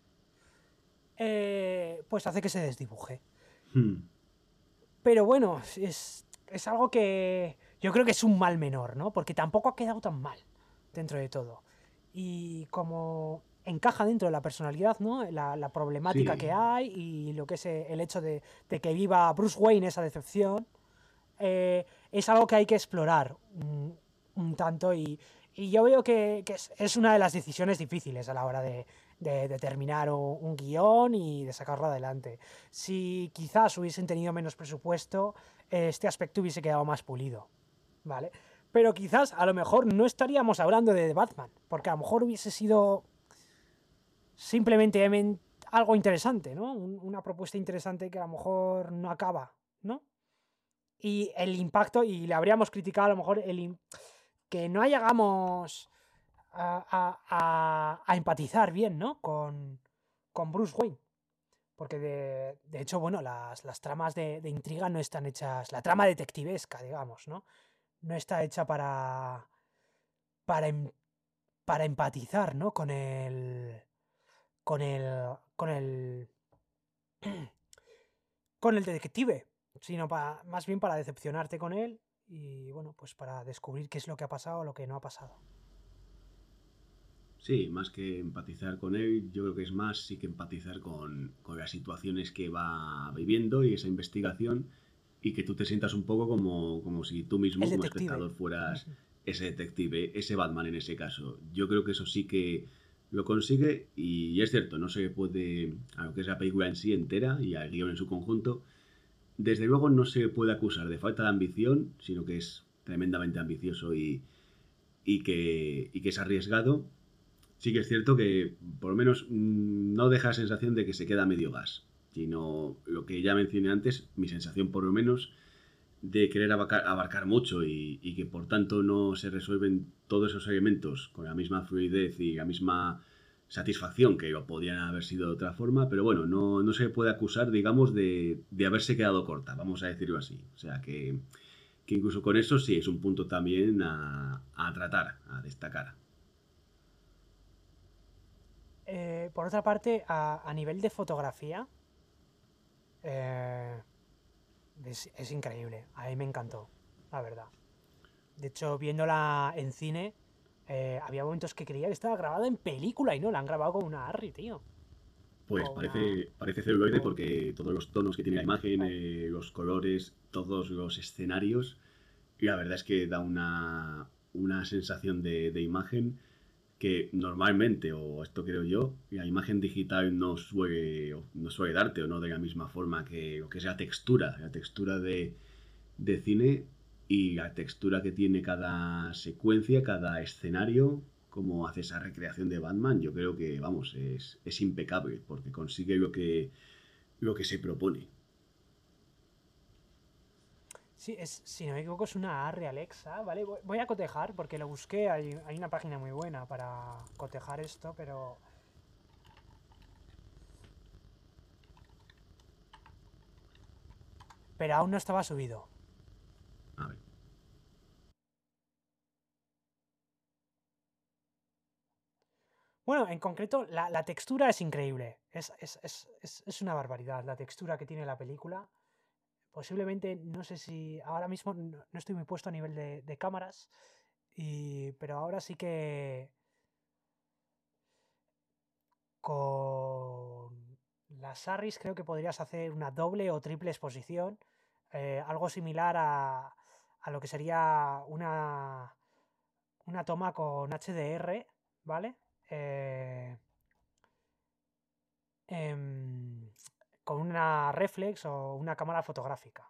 eh, pues hace que se desdibuje.
hmm,
Pero bueno, es, es algo que yo creo que es un mal menor, ¿no? Porque tampoco ha quedado tan mal dentro de todo. Y como encaja dentro de la personalidad, ¿no? La, la problemática que
sí,
hay y lo que es el hecho de, de que viva Bruce Wayne esa decepción, eh, es algo que hay que explorar un, un tanto y, y, yo veo que, que es, es, una de las decisiones difíciles a la hora de, de, de terminar un, un, guión y de sacarlo adelante. Si quizás hubiesen tenido menos presupuesto, este aspecto hubiese quedado más pulido, ¿vale? Pero quizás a lo mejor no estaríamos hablando de Batman, porque a lo mejor hubiese sido simplemente algo interesante, ¿no? Un, una propuesta interesante que a lo mejor no acaba, ¿no? Y el impacto, y le habríamos criticado a lo mejor el que no llegamos a, a, a, a empatizar bien, ¿no? Con, con Bruce Wayne. Porque de, de hecho, bueno, las, las tramas de, de intriga no están hechas. La trama detectivesca, digamos, ¿no? No está hecha para. para, em, para empatizar, ¿no? Con el. Con el. Con el. Con el detective. Sino para, más bien para decepcionarte con él y bueno, pues para descubrir qué es lo que ha pasado o lo que no ha pasado.
sí, más que empatizar con él, yo creo que es más sí que empatizar con, con las situaciones que va viviendo y esa investigación y que tú te sientas un poco como, como si tú mismo
El
como
detective.
espectador fueras ese detective, ese Batman en ese caso. Yo creo que eso sí que lo consigue y es cierto, no se puede, a lo que es la película en sí entera y al guión en su conjunto, desde luego no se puede acusar de falta de ambición, sino que es tremendamente ambicioso y, y, que, y que es arriesgado. Sí que es cierto que por lo menos mmm, no deja la sensación de que se queda medio gas, sino lo que ya mencioné antes, mi sensación por lo menos de querer abarcar, abarcar mucho y, y, que por tanto no se resuelven todos esos elementos con la misma fluidez y la misma satisfacción, que podrían haber sido de otra forma, pero bueno, no, no se puede acusar, digamos, de, de haberse quedado corta, vamos a decirlo así. O sea que, que incluso con eso sí es un punto también a, a tratar, a destacar.
Eh, por otra parte, a, a nivel de fotografía, eh, es, es increíble. A mí me encantó, la verdad. De hecho, viéndola en cine, eh, había momentos que creía que estaba grabada en película y no, la han grabado con una ARRI, tío.
Pues
Con una...
parece, parece celuloide porque todos los tonos que tiene la imagen, eh, los colores, todos los escenarios, y la verdad es que da una, una sensación de, de imagen que normalmente, o esto creo yo, la imagen digital no suele, no suele darte, o no de la misma forma que lo que es la textura, la textura de, de cine y la textura que tiene cada secuencia, cada escenario, como hace esa recreación de Batman, yo creo que, vamos, es, es impecable, porque consigue lo que, lo que se propone.
Sí, es, si no me equivoco, es una ARRI Alexa, ¿vale? Voy, voy a cotejar porque lo busqué, hay, hay una página muy buena para cotejar esto, pero... Pero aún no estaba subido.
A ver.
Bueno, en concreto, la, la textura es increíble. Es, es, es, es, es una barbaridad la textura que tiene la película. Posiblemente, no sé si ahora mismo no, no estoy muy puesto a nivel de, de cámaras, y, pero ahora sí que con las ARRIs creo que podrías hacer una doble o triple exposición, eh, algo similar a, a lo que sería una, una toma con H D R, ¿vale? Eh, em, con una reflex o una cámara fotográfica.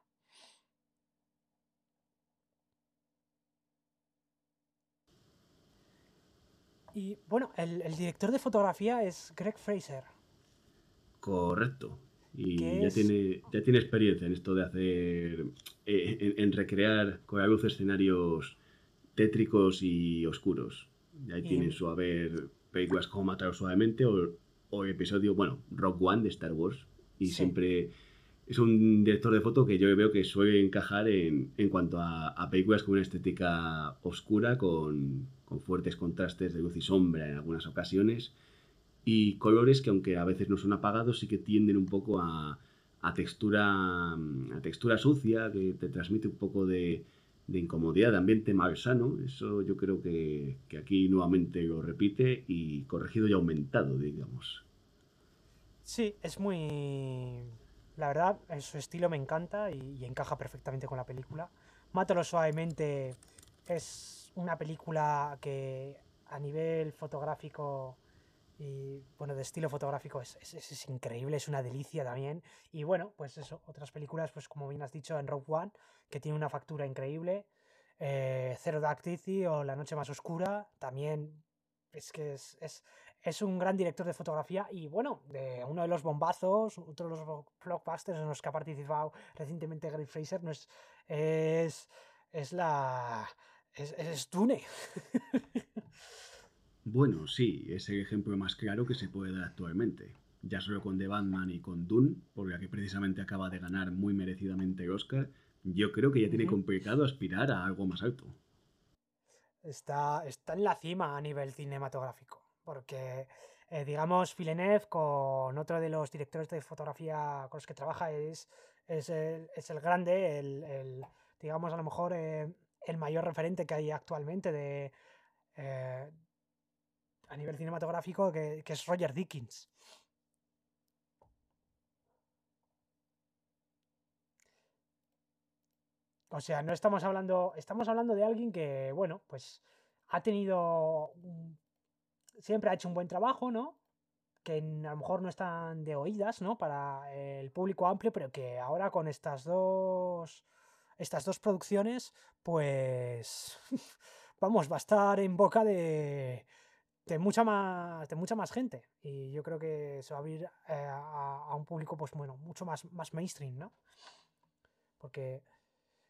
Y bueno, el, el director de fotografía es Greg Fraser,
Correcto. Y
que
ya
es...
tiene, ya tiene experiencia en esto de hacer, eh, en, en recrear con la luz escenarios tétricos y oscuros. Y ahí
Y,
tiene su haber películas como Matar suavemente o, o el episodio, bueno, Rock One de Star Wars. Y
sí,
siempre es un director de foto que yo veo que suele encajar en, en cuanto a, a películas con una estética oscura, con, con fuertes contrastes de luz y sombra en algunas ocasiones y colores que aunque a veces no son apagados sí que tienden un poco a, a textura a textura sucia que te transmite un poco de, de incomodidad, de ambiente malsano. Eso yo creo que, que aquí nuevamente lo repite y corregido y aumentado, digamos.
sí, es muy... La verdad, eh, su estilo me encanta y, y encaja perfectamente con la película. Mátalo suavemente es una película que a nivel fotográfico y bueno, de estilo fotográfico es, es, es increíble, es una delicia también. Y bueno, pues eso, otras películas, pues como bien has dicho, en Rogue One, que tiene una factura increíble. Eh, Zero Dark Thirty o La Noche Más Oscura, también es que es, es, es un gran director de fotografía y bueno, de uno de los bombazos, otro de los blockbusters en los que ha participado recientemente Gary Fraser, no es, es, es la... es, es Dune.
Bueno, sí, es el ejemplo más claro que se puede dar actualmente. Ya solo con The Batman y con Dune, porque aquí precisamente acaba de ganar muy merecidamente el Oscar, yo creo que ya tiene
Ujú.
complicado aspirar a algo más alto.
Está, está en la cima a nivel cinematográfico, porque eh, digamos Villeneuve con otro de los directores de fotografía con los que trabaja es, es, el, es el grande, el, el, digamos a lo mejor eh, el mayor referente que hay actualmente de, eh, a nivel cinematográfico, que, que es Roger Dickens. O sea, no estamos hablando, estamos hablando de alguien que, bueno, pues ha tenido, un- siempre ha hecho un buen trabajo, ¿no? Que a lo mejor no están de oídas, ¿no? Para el público amplio, pero que ahora con estas dos, estas dos producciones, pues, vamos, va a estar en boca de, de mucha más, de mucha más gente. Y yo creo que se va a abrir eh, a, a un público, pues bueno, mucho más, más mainstream, ¿no? Porque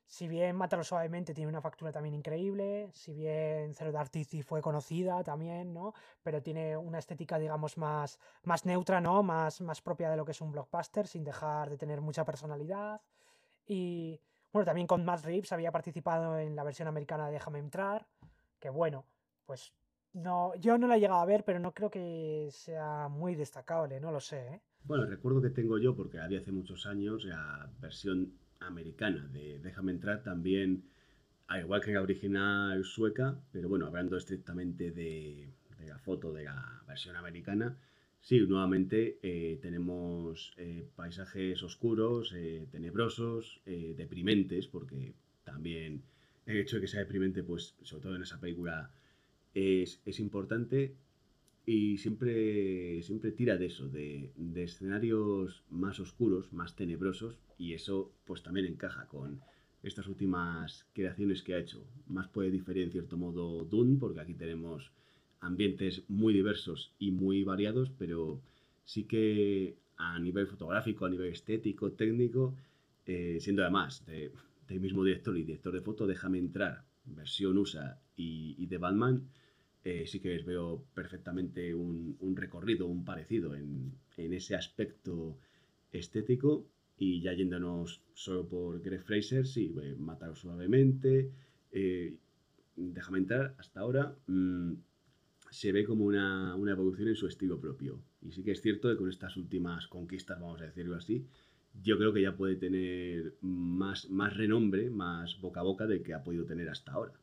Si bien Mátalo Suavemente tiene una factura también increíble, si bien Zero Dark Thirty fue conocida también, ¿no? Pero tiene una estética, digamos, más, más neutra, ¿no? Más, más propia de lo que es un blockbuster, sin dejar de tener mucha personalidad. Y bueno, también con Matt Reeves había participado en la versión americana de Déjame entrar, que bueno, pues no, yo no la he llegado a ver, pero no creo que sea muy destacable, no lo sé, ¿eh?
Bueno, recuerdo que tengo yo, porque había hace muchos años, la versión americana de Déjame entrar también, al igual que la original sueca, pero bueno, hablando estrictamente de, de la foto de la versión americana, sí, nuevamente eh, tenemos eh, paisajes oscuros, eh, tenebrosos, eh, deprimentes, porque también el hecho de que sea deprimente, pues sobre todo en esa película, es, es importante y siempre, siempre tira de eso, de, de escenarios más oscuros, más tenebrosos, y eso pues también encaja con estas últimas creaciones que ha hecho. Más puede diferir en cierto modo Dune, porque aquí tenemos ambientes muy diversos y muy variados, pero sí que a nivel fotográfico, a nivel estético, técnico, eh, siendo además de, del mismo director y director de foto, Déjame entrar, versión U S A y, y de Batman, eh, sí que les veo perfectamente un, un recorrido, un parecido en, en, ese aspecto estético. Y ya yéndonos solo por Greg Fraser, sí, eh, Matar suavemente, eh, déjame entrar, hasta ahora mmm, se ve como una, una, evolución en su estilo propio. Y sí que es cierto que con estas últimas conquistas, vamos a decirlo así, yo creo que ya puede tener más, más renombre, más boca a boca del que ha podido tener hasta ahora.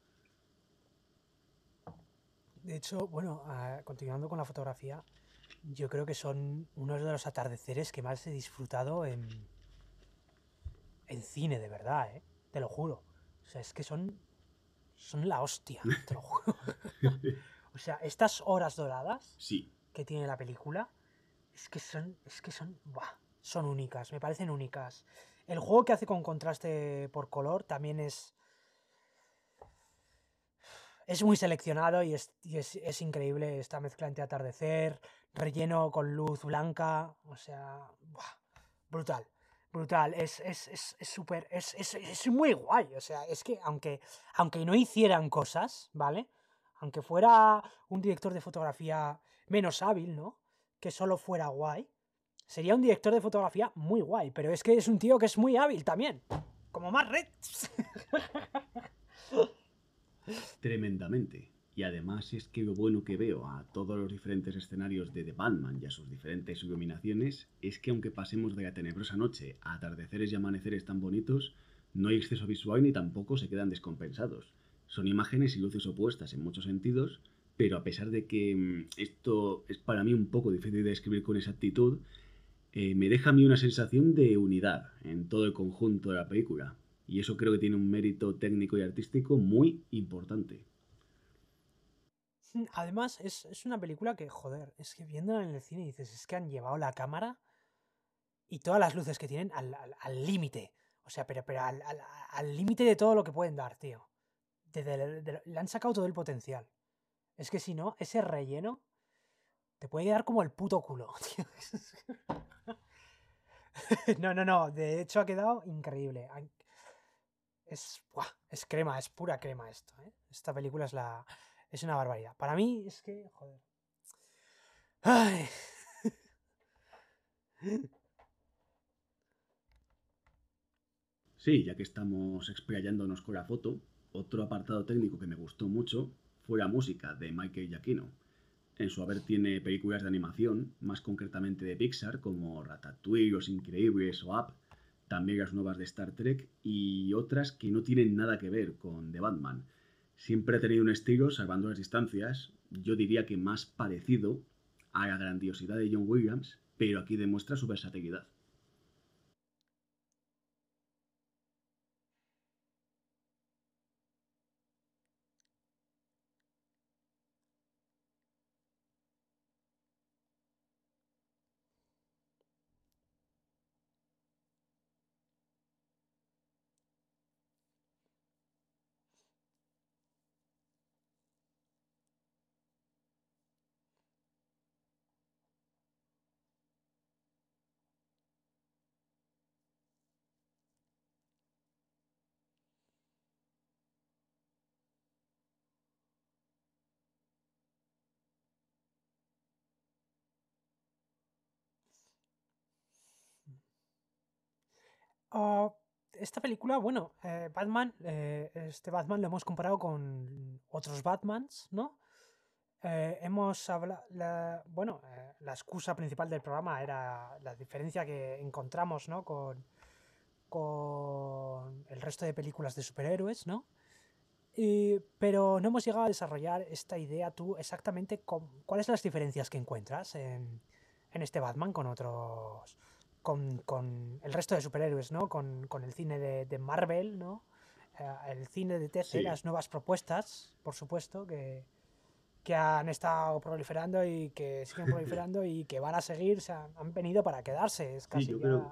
De hecho, bueno, uh, continuando con la fotografía, yo creo que son uno de los atardeceres que más he disfrutado en, en cine, de verdad, ¿eh? Te lo juro. O sea, es que son, son la hostia, te lo juro. O sea, estas horas doradas
Sí.
que tiene la película, es que son, es que son, buah, son únicas, me parecen únicas. El juego que hace con contraste por color también es, es muy seleccionado y, es, y es, es, increíble esta mezcla entre atardecer, relleno con luz blanca, o sea, buah, brutal, brutal, es es es es súper, es, es, es muy guay, o sea, es que aunque, aunque no hicieran cosas, ¿vale? Aunque fuera un director de fotografía menos hábil, ¿no? Que solo fuera guay, sería un director de fotografía muy guay, pero es que es un tío que es muy hábil también, como más red.
Tremendamente. Y además es que lo bueno que veo a todos los diferentes escenarios de The Batman y a sus diferentes iluminaciones es que aunque pasemos de la tenebrosa noche a atardeceres y amaneceres tan bonitos, no hay exceso visual ni tampoco se quedan descompensados. Son imágenes y luces opuestas en muchos sentidos, pero a pesar de que mmm, esto es para mí un poco difícil de describir con exactitud, eh, me deja a mí una sensación de unidad en todo el conjunto de la película. Y eso creo que tiene un mérito técnico y artístico muy importante.
Además, es, es una película que, joder, es que viéndola en el cine dices, es que han llevado la cámara y todas las luces que tienen al límite. O sea, pero, pero al límite de todo lo que pueden dar, tío. De, de, de, le han sacado todo el potencial. Es que si no, ese relleno te puede quedar como el puto culo, tío. No, no, no. De hecho, ha quedado increíble. Es, ¡buah! Es crema, es pura crema esto, ¿eh? Esta película es la. Es una barbaridad. Para mí es que. Joder. Ay.
Sí, ya que estamos explayándonos con la foto, otro apartado técnico que me gustó mucho fue la música de Michael Giacchino. En su haber tiene películas de animación, más concretamente de Pixar, como Ratatouille, Los Increíbles o Up, también las nuevas de Star Trek y otras que no tienen nada que ver con The Batman. Siempre ha tenido un estilo, salvando las distancias, yo diría que más parecido a la grandiosidad de John Williams, pero aquí demuestra su versatilidad.
Uh, esta película, bueno, eh, Batman, eh, este Batman lo hemos comparado con otros Batmans, ¿no? Eh, hemos hablado, la, bueno, eh, la excusa principal del programa era la diferencia que encontramos, ¿no? Con, con el resto de películas de superhéroes, ¿no? Y, pero no hemos llegado a desarrollar esta idea tú exactamente con, cuáles son las diferencias que encuentras en, en este Batman con otros, con, con el resto de superhéroes, ¿no? Con, con el cine de, de Marvel, ¿no? Eh, el cine de T C,
Sí,
las nuevas propuestas, por supuesto, que, que han estado proliferando y que siguen proliferando y que van a seguir, se han, han venido para quedarse. Es
sí,
casi
yo creo...
ya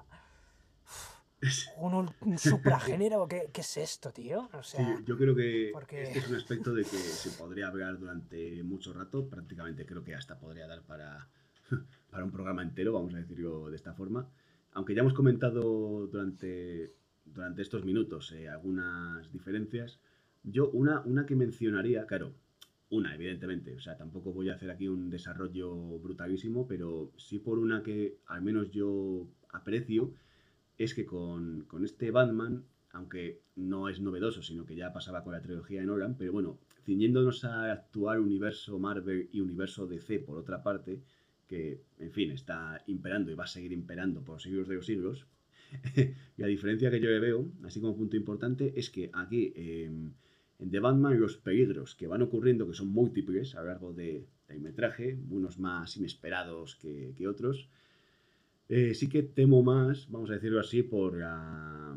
un, un supragénero. ¿Qué, ¿Qué es esto, tío? O
Sí, yo,
sea,
yo creo que
porque...
este es un aspecto de que se podría hablar durante mucho rato, prácticamente creo que hasta podría dar para, para un programa entero, vamos a decirlo de esta forma. Aunque ya hemos comentado durante, durante estos minutos eh, algunas diferencias, yo una, una que mencionaría, claro, una evidentemente, o sea, tampoco voy a hacer aquí un desarrollo brutalísimo, pero sí por una que al menos yo aprecio, es que con, con este Batman, aunque no es novedoso, sino que ya pasaba con la trilogía de Nolan, pero bueno, ciñéndonos al actual universo Marvel y universo D C por otra parte, que en fin está imperando y va a seguir imperando por los siglos de los siglos, y la diferencia que yo le veo, así como punto importante, es que aquí eh, en The Batman los peligros que van ocurriendo, que son múltiples a lo largo de, del metraje, unos más inesperados que, que otros, eh, sí que temo más, vamos a decirlo así, por la...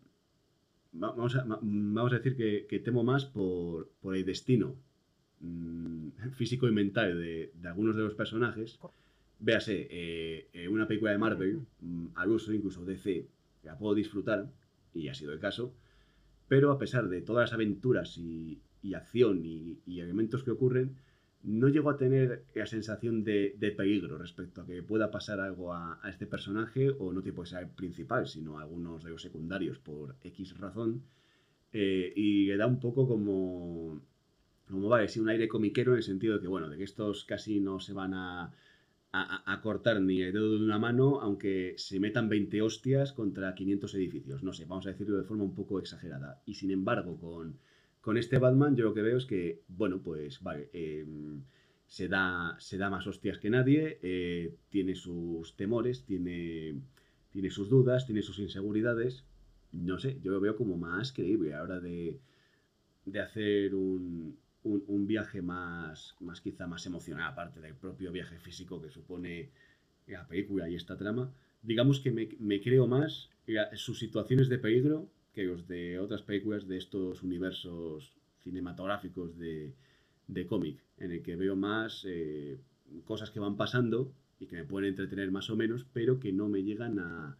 Vamos a, vamos a decir que, que temo más por, por el destino mmm, físico y mental de, de, algunos de los personajes. Véase, eh, eh, una película de Marvel, mmm, al uso incluso D C, la puedo disfrutar, y ha sido el caso, pero a pesar de todas las aventuras y, y acción y, y elementos que ocurren, no llego a tener la sensación de, de peligro respecto a que pueda pasar algo a, a este personaje, o no tipo que sea el principal, sino a algunos de los secundarios por X razón, eh, y le da un poco como, como vale, sí, un aire comiquero en el sentido de que, bueno, de que estos casi no se van a, a, a cortar ni el dedo de una mano, aunque se metan veinte hostias contra quinientos edificios. No sé, vamos a decirlo de forma un poco exagerada. Y sin embargo, con, con este Batman, yo lo que veo es que, bueno, pues vale, eh, se, da, se da más hostias que nadie, eh, tiene sus temores, tiene, tiene sus dudas, tiene sus inseguridades. No sé, yo lo veo como más creíble a la hora de, de hacer un, un, un, viaje más, más quizá más emocional, aparte del propio viaje físico que supone la película y esta trama. Digamos que me, me creo más la, sus situaciones de peligro que los de otras películas de estos universos cinematográficos de, de cómic, en el que veo más eh, cosas que van pasando y que me pueden entretener más o menos, pero que no me llegan a,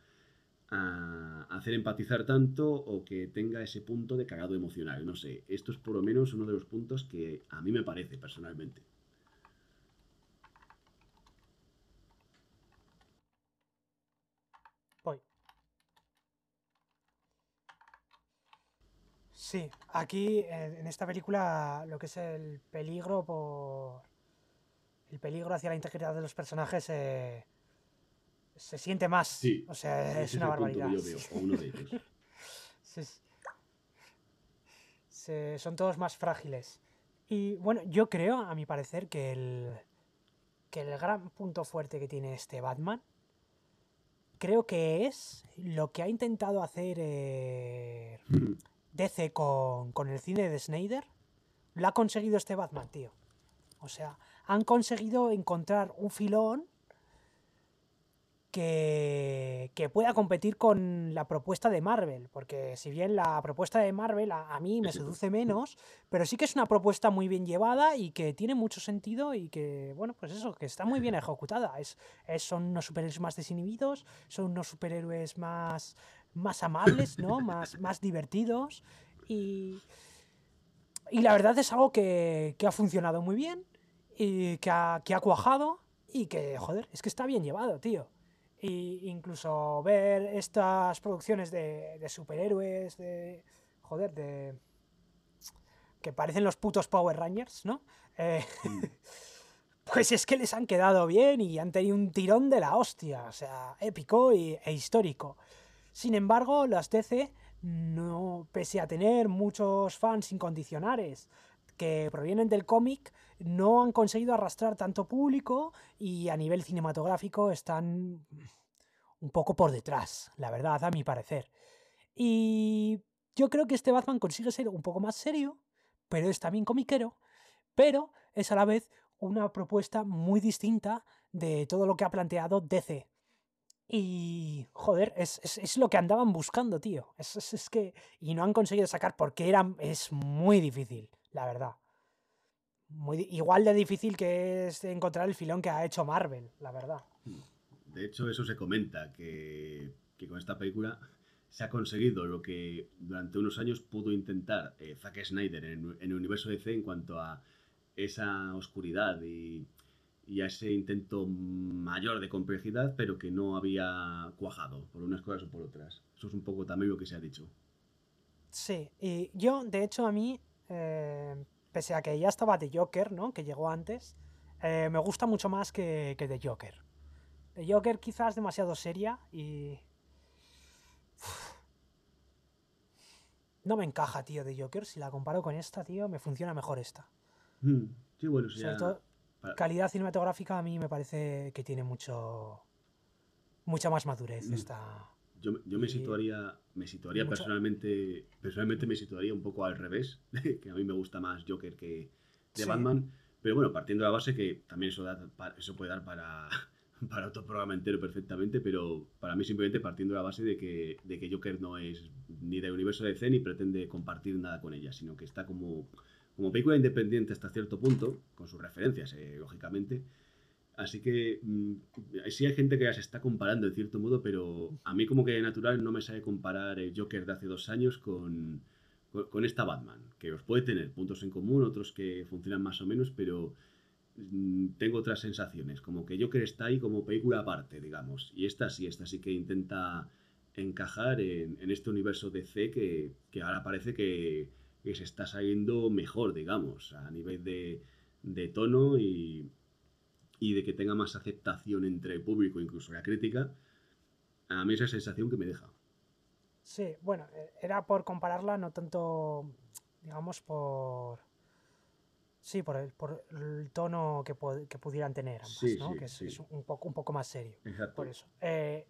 a hacer empatizar tanto o que tenga ese punto de cagado emocional. No sé, esto es por lo menos uno de los puntos que a mí me parece personalmente.
Voy. Sí, aquí en esta película lo que es el peligro por... El peligro hacia la integridad de los personajes eh, se siente más.
Sí,
O sea, es
ese es
una
el punto que
barbaridad.
yo veo, o uno de ellos.
se, se, son todos más frágiles. Y bueno, yo creo, a mi parecer, que el, que el gran punto fuerte que tiene este Batman, creo que es lo que ha intentado hacer eh, D C con, con el cine de Snyder. Lo ha conseguido este Batman, tío. O sea, han conseguido encontrar un filón que, que pueda competir con la propuesta de Marvel. Porque si bien la propuesta de Marvel a, a mí me seduce menos, pero sí que es una propuesta muy bien llevada y que tiene mucho sentido y que, bueno, pues eso, que está muy bien ejecutada. Es, es, son unos superhéroes más desinhibidos, son unos superhéroes más, más amables, ¿no? Más, más divertidos. Y, y la verdad es algo que, que ha funcionado muy bien y que ha, que ha cuajado y que, joder, es que está bien llevado, tío. Y incluso ver estas producciones de, de superhéroes, de... Joder, de... que parecen los putos Power Rangers, ¿no? Eh,
Mm.
pues es que les han quedado bien y han tenido un tirón de la hostia, o sea, épico y, e histórico. Sin embargo, las D C, no, pese a tener muchos fans incondicionales que provienen del cómic, no han conseguido arrastrar tanto público y a nivel cinematográfico están un poco por detrás, la verdad, a mi parecer. Y yo creo que este Batman consigue ser un poco más serio, pero es también comiquero, pero es a la vez una propuesta muy distinta de todo lo que ha planteado D C. Y, joder, es, es, es lo que andaban buscando, tío. Es, es, es que... Y no han conseguido sacar porque era, es muy difícil, la verdad. Muy, igual de difícil que es encontrar el filón que ha hecho Marvel, la verdad.
De hecho, eso se comenta, que, que con esta película se ha conseguido lo que durante unos años pudo intentar eh, Zack Snyder en, en el universo D C en cuanto a esa oscuridad y... y a ese intento mayor de complejidad, pero que no había cuajado por unas cosas o por otras. Eso es un poco también lo que se ha dicho.
Sí, y yo, de hecho, a mí, eh, pese a que ya estaba The Joker, ¿no? Que llegó antes, eh, me gusta mucho más que, que The Joker. The Joker quizás demasiado seria y... Uf. No me encaja, tío, The Joker. Si la comparo con esta, tío, me funciona mejor esta.
Mm, sí, bueno, eso
Sobre
ya...
todo...
Para...
calidad cinematográfica a mí me parece que tiene mucho mucha más madurez esta.
Yo, yo me situaría, me situaría mucho... personalmente, personalmente me situaría un poco al revés, que a mí me gusta más Joker que de sí. Batman, pero bueno, partiendo de la base que también eso, da, eso puede dar para, para otro programa entero perfectamente, pero para mí simplemente partiendo de la base de que, de que Joker no es ni del universo de D C ni pretende compartir nada con ella, sino que está como... como película independiente hasta cierto punto, con sus referencias, eh, lógicamente. Así que mmm, sí hay gente que las está comparando en cierto modo, pero a mí como que de natural no me sabe comparar el Joker de hace dos años con, con, con esta Batman, que os puede tener puntos en común, otros que funcionan más o menos, pero mmm, tengo otras sensaciones, como que Joker está ahí como película aparte, digamos, y esta sí, esta sí que intenta encajar en, en este universo D C que, que ahora parece que que se está saliendo mejor, digamos, a nivel de, de tono y, y de que tenga más aceptación entre el público, incluso la crítica. A mí esa sensación que me deja.
Sí, bueno, era por compararla, no tanto, digamos, por... Sí, por el, por el tono que, que pudieran tener ambas,
sí,
¿no?
Sí,
que es,
sí.
es un, poco, un poco más serio.
Exacto.
Por eso. Eh...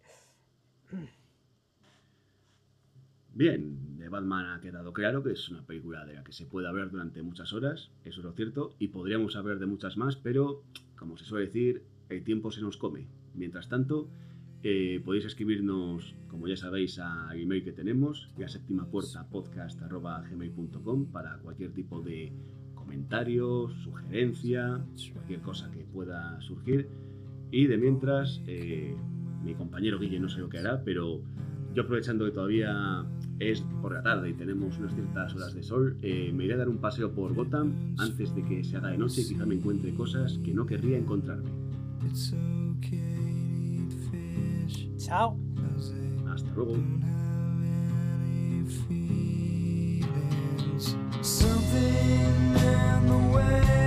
Bien, de Batman ha quedado claro que es una película de la que se puede hablar durante muchas horas, eso es lo cierto, y podríamos hablar de muchas más, pero, como se suele decir, el tiempo se nos come. Mientras tanto, eh, podéis escribirnos, como ya sabéis, al email que tenemos, la séptima puerta podcast arroba gmail punto com, para cualquier tipo de comentario, sugerencia, cualquier cosa que pueda surgir. Y de mientras, eh, mi compañero Guille no sé lo que hará, pero yo, aprovechando que todavía es por la tarde y tenemos unas ciertas horas de sol, eh, me iré a dar un paseo por Gotham antes de que se haga de noche y quizá me encuentre cosas que no querría encontrarme.
Chao.
Hasta luego.
Something in the way